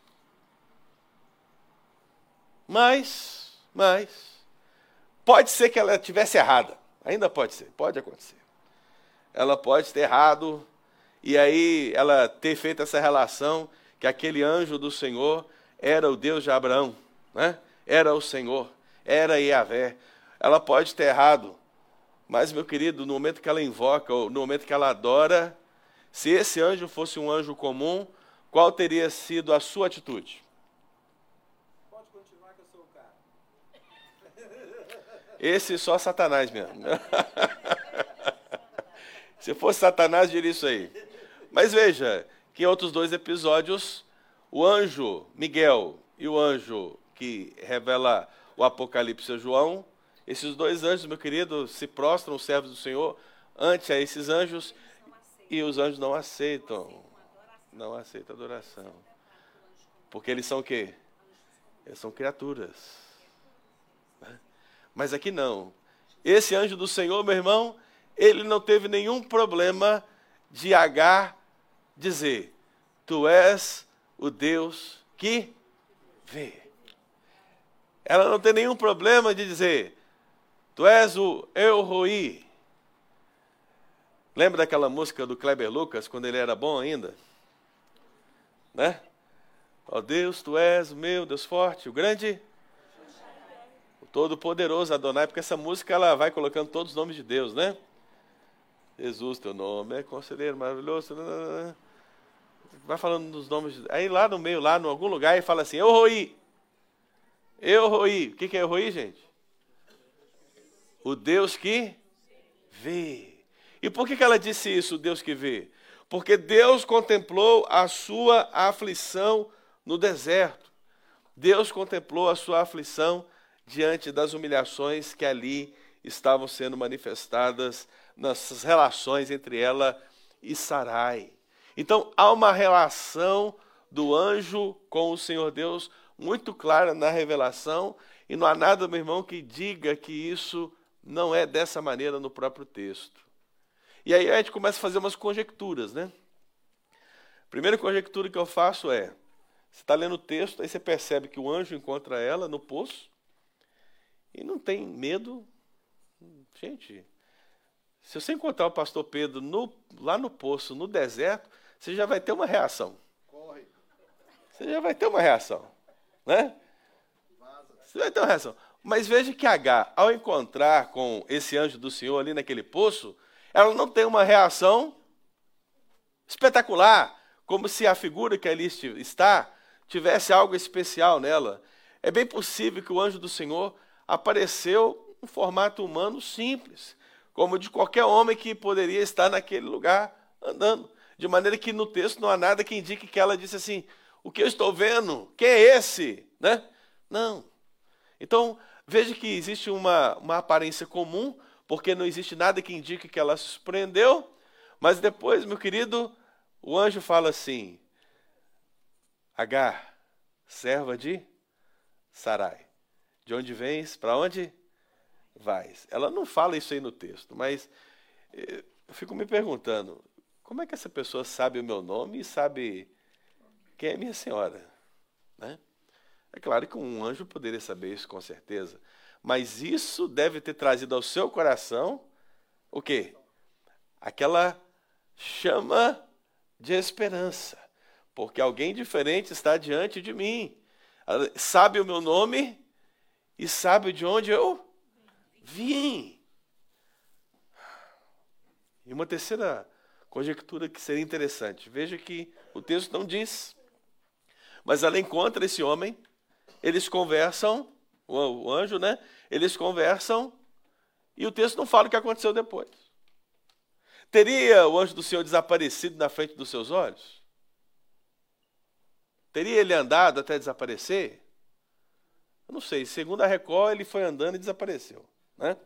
Mas, mas, pode ser que ela estivesse errada. Ainda pode ser, pode acontecer. Ela pode ter errado, e aí ela ter feito essa relação, que aquele anjo do Senhor era o Deus de Abraão, né? Era o Senhor, era Yahvé. Ela pode ter errado, mas, meu querido, no momento que ela invoca, ou no momento que ela adora, se esse anjo fosse um anjo comum, qual teria sido a sua atitude? Pode continuar que eu sou o cara. Esse só Satanás mesmo. Se fosse Satanás, diria isso aí. Mas veja que em outros dois episódios, o anjo Miguel e o anjo que revela o Apocalipse a João, esses dois anjos, meu querido, se prostram, os servos do Senhor, ante a esses anjos, e os anjos não aceitam. Não aceitam adoração. Porque eles são o quê? Eles são criaturas. Mas aqui não. Esse anjo do Senhor, meu irmão, ele não teve nenhum problema de Agar dizer: tu és o Deus que vê. Ela não tem nenhum problema de dizer: tu és o El Roi. Lembra daquela música do Kleber Lucas, quando ele era bom ainda? Né? Ó Deus, tu és o meu Deus forte, o grande, o todo-poderoso Adonai, porque essa música ela vai colocando todos os nomes de Deus, né? Jesus, teu nome é conselheiro maravilhoso. Vai falando dos nomes. Aí lá no meio, lá em algum lugar, ele fala assim: Eu Roi. Eu Roi. O que é Eu Roi, gente? O Deus que vê. E por que que ela disse isso, Deus que vê? Porque Deus contemplou a sua aflição no deserto. Deus contemplou a sua aflição diante das humilhações que ali estavam sendo manifestadas nas relações entre ela e Sarai. Então, há uma relação do anjo com o Senhor Deus muito clara na revelação, e não há nada, meu irmão, que diga que isso não é dessa maneira no próprio texto. E aí a gente começa a fazer umas conjecturas, né? A primeira conjectura que eu faço é, você está lendo o texto, aí você percebe que o anjo encontra ela no poço, e não tem medo. Gente, se você encontrar o pastor Pedro no, lá no poço, no deserto, você já vai ter uma reação. Corre. Você já vai ter uma reação, né? Você vai ter uma reação. Mas veja que Agar, ao encontrar com esse anjo do Senhor ali naquele poço, ela não tem uma reação espetacular, como se a figura que ali está tivesse algo especial nela. É bem possível que o anjo do Senhor apareceu em formato humano simples, como de qualquer homem que poderia estar naquele lugar andando. De maneira que no texto não há nada que indique que ela disse assim, o que eu estou vendo? Quem é esse? Né? Não. Então, veja que existe uma, uma aparência comum, porque não existe nada que indique que ela se surpreendeu, mas depois, meu querido, o anjo fala assim, Agar, serva de Sarai, de onde vens, para onde vais? Ela não fala isso aí no texto, mas eu fico me perguntando, como é que essa pessoa sabe o meu nome e sabe quem é minha senhora? Né? É claro que um anjo poderia saber isso com certeza, mas isso deve ter trazido ao seu coração o quê? Aquela chama de esperança, porque alguém diferente está diante de mim. Ela sabe o meu nome e sabe de onde eu vim. E uma terceira conjectura que seria interessante. Veja que o texto não diz, mas ela encontra esse homem, eles conversam, o anjo, né? Eles conversam e o texto não fala o que aconteceu depois. Teria o anjo do Senhor desaparecido na frente dos seus olhos? Teria ele andado até desaparecer? Eu não sei. Segundo a Record, ele foi andando e desapareceu. Né?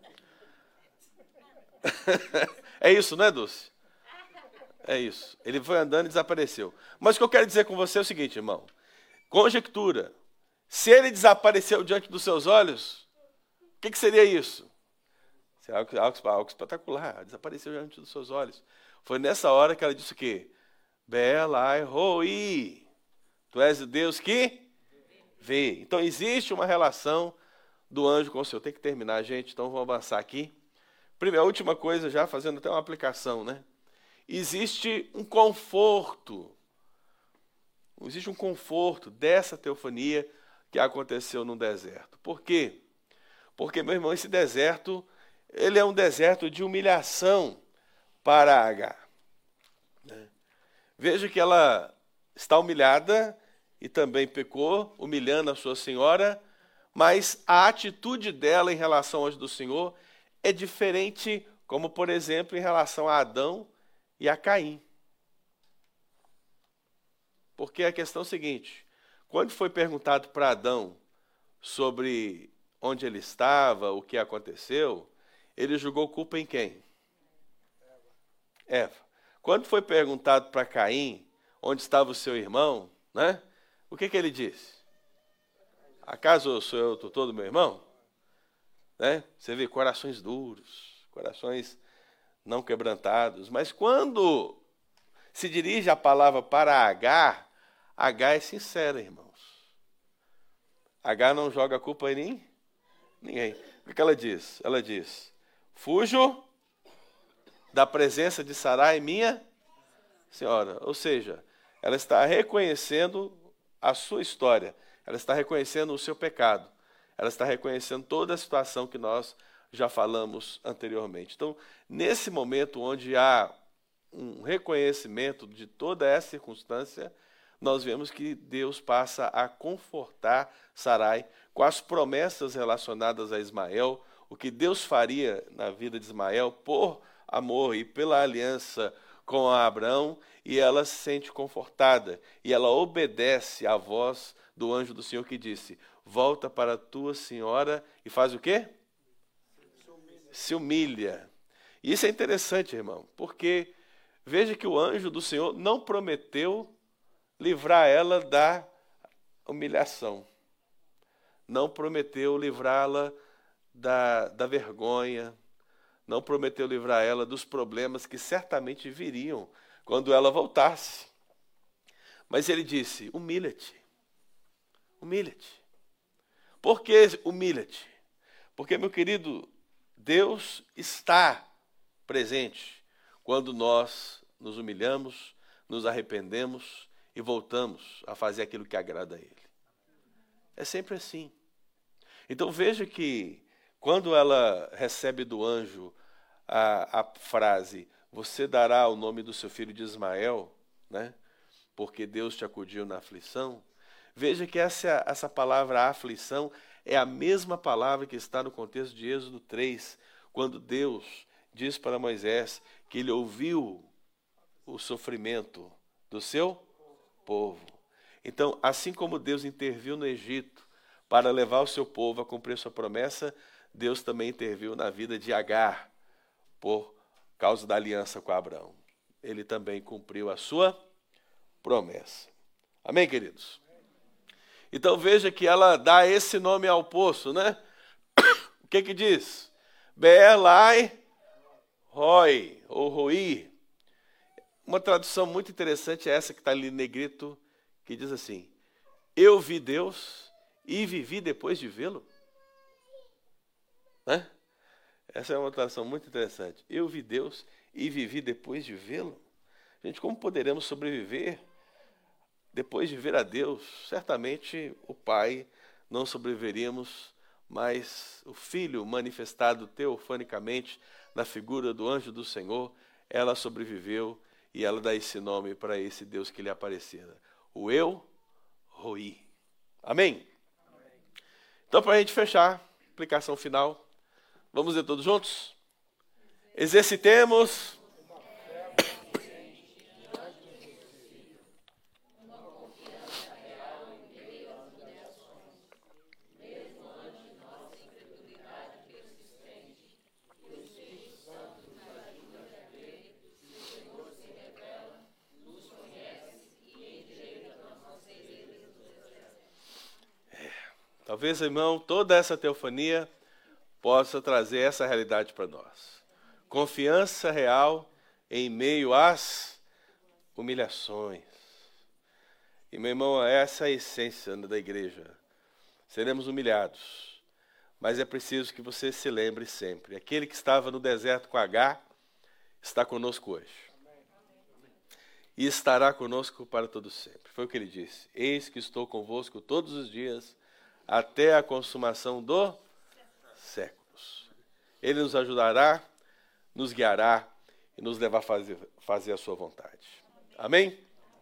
É isso, não é, Dulce? É isso. Ele foi andando e desapareceu. Mas o que eu quero dizer com você é o seguinte, irmão. Conjectura. Se ele desapareceu diante dos seus olhos, o que, que seria isso? Seria algo, algo, algo espetacular. Desapareceu diante dos seus olhos. Foi nessa hora que ela disse o quê? Belai roi. Tu és o Deus que vê. Então existe uma relação do anjo com o Senhor. Tem que terminar, gente. Então vamos avançar aqui. Primeira, a última coisa, já fazendo até uma aplicação, né? Existe um conforto. Existe um conforto dessa teofania que aconteceu no deserto. Por quê? Porque, meu irmão, esse deserto, ele é um deserto de humilhação para Agar. Né? Veja que ela está humilhada e também pecou, humilhando a sua senhora, mas a atitude dela em relação ao anjo do Senhor é diferente, como, por exemplo, em relação a Adão e a Caim. Porque a questão é a seguinte, quando foi perguntado para Adão sobre onde ele estava, o que aconteceu, ele jogou culpa em quem? Eva. Quando foi perguntado para Caim onde estava o seu irmão, né? O que, que ele disse? Acaso sou eu tutor do meu irmão? Né? Você vê corações duros, corações não quebrantados. Mas quando se dirige a palavra para Agar, Agar é sincera, irmãos. Agar não joga a culpa em ninguém. O que ela diz? Ela diz, fujo da presença de Sarai, minha senhora. Ou seja, ela está reconhecendo a sua história. Ela está reconhecendo o seu pecado. Ela está reconhecendo toda a situação que nós já falamos anteriormente. Então, nesse momento onde há um reconhecimento de toda essa circunstância, nós vemos que Deus passa a confortar Sarai com as promessas relacionadas a Ismael, o que Deus faria na vida de Ismael por amor e pela aliança com Abraão, e ela se sente confortada, e ela obedece à voz do anjo do Senhor que disse: volta para a tua senhora e faz o quê? Se humilha. Se humilha. E isso é interessante, irmão, porque veja que o anjo do Senhor não prometeu livrar ela da humilhação, não prometeu livrá-la da, da vergonha, não prometeu livrar ela dos problemas que certamente viriam quando ela voltasse. Mas ele disse: humilha-te, humilha-te. Por que humilha-te? Porque, meu querido, Deus está presente quando nós nos humilhamos, nos arrependemos e voltamos a fazer aquilo que agrada a Ele. É sempre assim. Então veja que quando ela recebe do anjo a, a frase: você dará o nome do seu filho de Ismael, né? Porque Deus te acudiu na aflição. Veja que essa, essa palavra aflição é a mesma palavra que está no contexto de Êxodo três, quando Deus diz para Moisés que ele ouviu o sofrimento do seu povo. Então, assim como Deus interviu no Egito para levar o seu povo a cumprir sua promessa, Deus também interviu na vida de Agar por causa da aliança com Abraão. Ele também cumpriu a sua promessa. Amém, queridos? Então veja que ela dá esse nome ao poço, né? O que que diz? Be'er-lai Roi, ou Roi. Uma tradução muito interessante é essa que está ali em negrito, que diz assim: eu vi Deus e vivi depois de vê-lo. Né? Essa é uma tradução muito interessante. Eu vi Deus e vivi depois de vê-lo. Gente, como poderemos sobreviver depois de ver a Deus? Certamente o Pai não sobreviveríamos, mas o Filho manifestado teofanicamente na figura do anjo do Senhor, ela sobreviveu e ela dá esse nome para esse Deus que lhe aparecia. O Eu Roi. Amém? Amém. Então, para a gente fechar, aplicação final, vamos ler todos juntos? Exercitemos Talvez, irmão, toda essa teofania possa trazer essa realidade para nós. Confiança real em meio às humilhações. E, meu irmão, essa é a essência da igreja. Seremos humilhados, mas é preciso que você se lembre sempre: aquele que estava no deserto com Agar está conosco hoje. E estará conosco para todo sempre. Foi o que ele disse: eis que estou convosco todos os dias, até a consumação dos séculos. Ele nos ajudará, nos guiará e nos levar a fazer, fazer a sua vontade. Amém?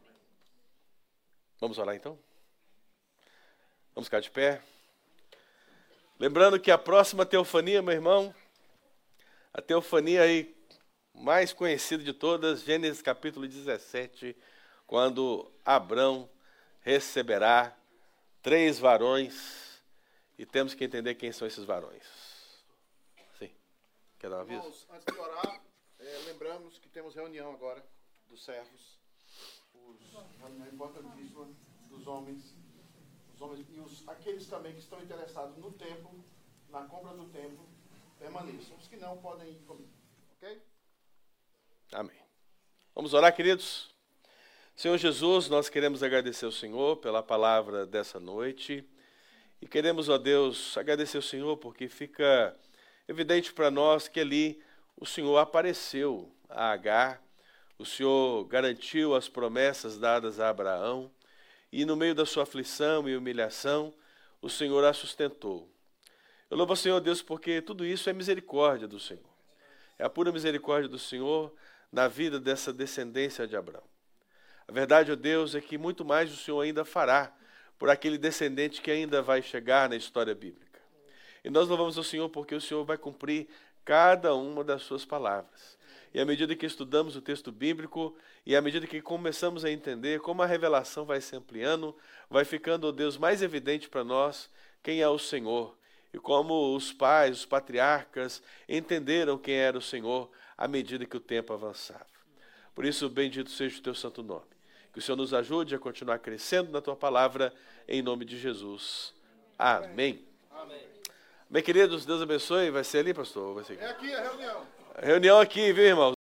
Vamos orar então? Vamos ficar de pé? Lembrando que a próxima teofania, meu irmão, a teofania aí mais conhecida de todas, Gênesis capítulo dezessete, quando Abrão receberá três varões, e temos que entender quem são esses varões. Sim. Quer dar um aviso? Irmãos, antes de orar, é, lembramos que temos reunião agora dos servos, os, reunião importantíssima dos homens, os homens e os, aqueles também que estão interessados no templo, na compra do templo, permaneçam. Os que não podem ir comigo. Ok? Amém. Vamos orar, queridos? Senhor Jesus, nós queremos agradecer ao Senhor pela palavra dessa noite e queremos, ó Deus, agradecer ao Senhor porque fica evidente para nós que ali o Senhor apareceu a Agar, o Senhor garantiu as promessas dadas a Abraão e no meio da sua aflição e humilhação, o Senhor a sustentou. Eu louvo ao Senhor, Deus, porque tudo isso é misericórdia do Senhor. É a pura misericórdia do Senhor na vida dessa descendência de Abraão. A verdade, ó Deus, é que muito mais o Senhor ainda fará por aquele descendente que ainda vai chegar na história bíblica. E nós louvamos ao Senhor porque o Senhor vai cumprir cada uma das suas palavras. E à medida que estudamos o texto bíblico, e à medida que começamos a entender como a revelação vai se ampliando, vai ficando, ó Deus, mais evidente para nós quem é o Senhor. E como os pais, os patriarcas, entenderam quem era o Senhor à medida que o tempo avançava. Por isso, bendito seja o teu santo nome. Que o Senhor nos ajude a continuar crescendo na tua palavra, em nome de Jesus. Amém. Amém. Bem, queridos, Deus abençoe. Vai ser ali, pastor? Vai ser aqui? É aqui a reunião. Reunião aqui, viu, irmãos?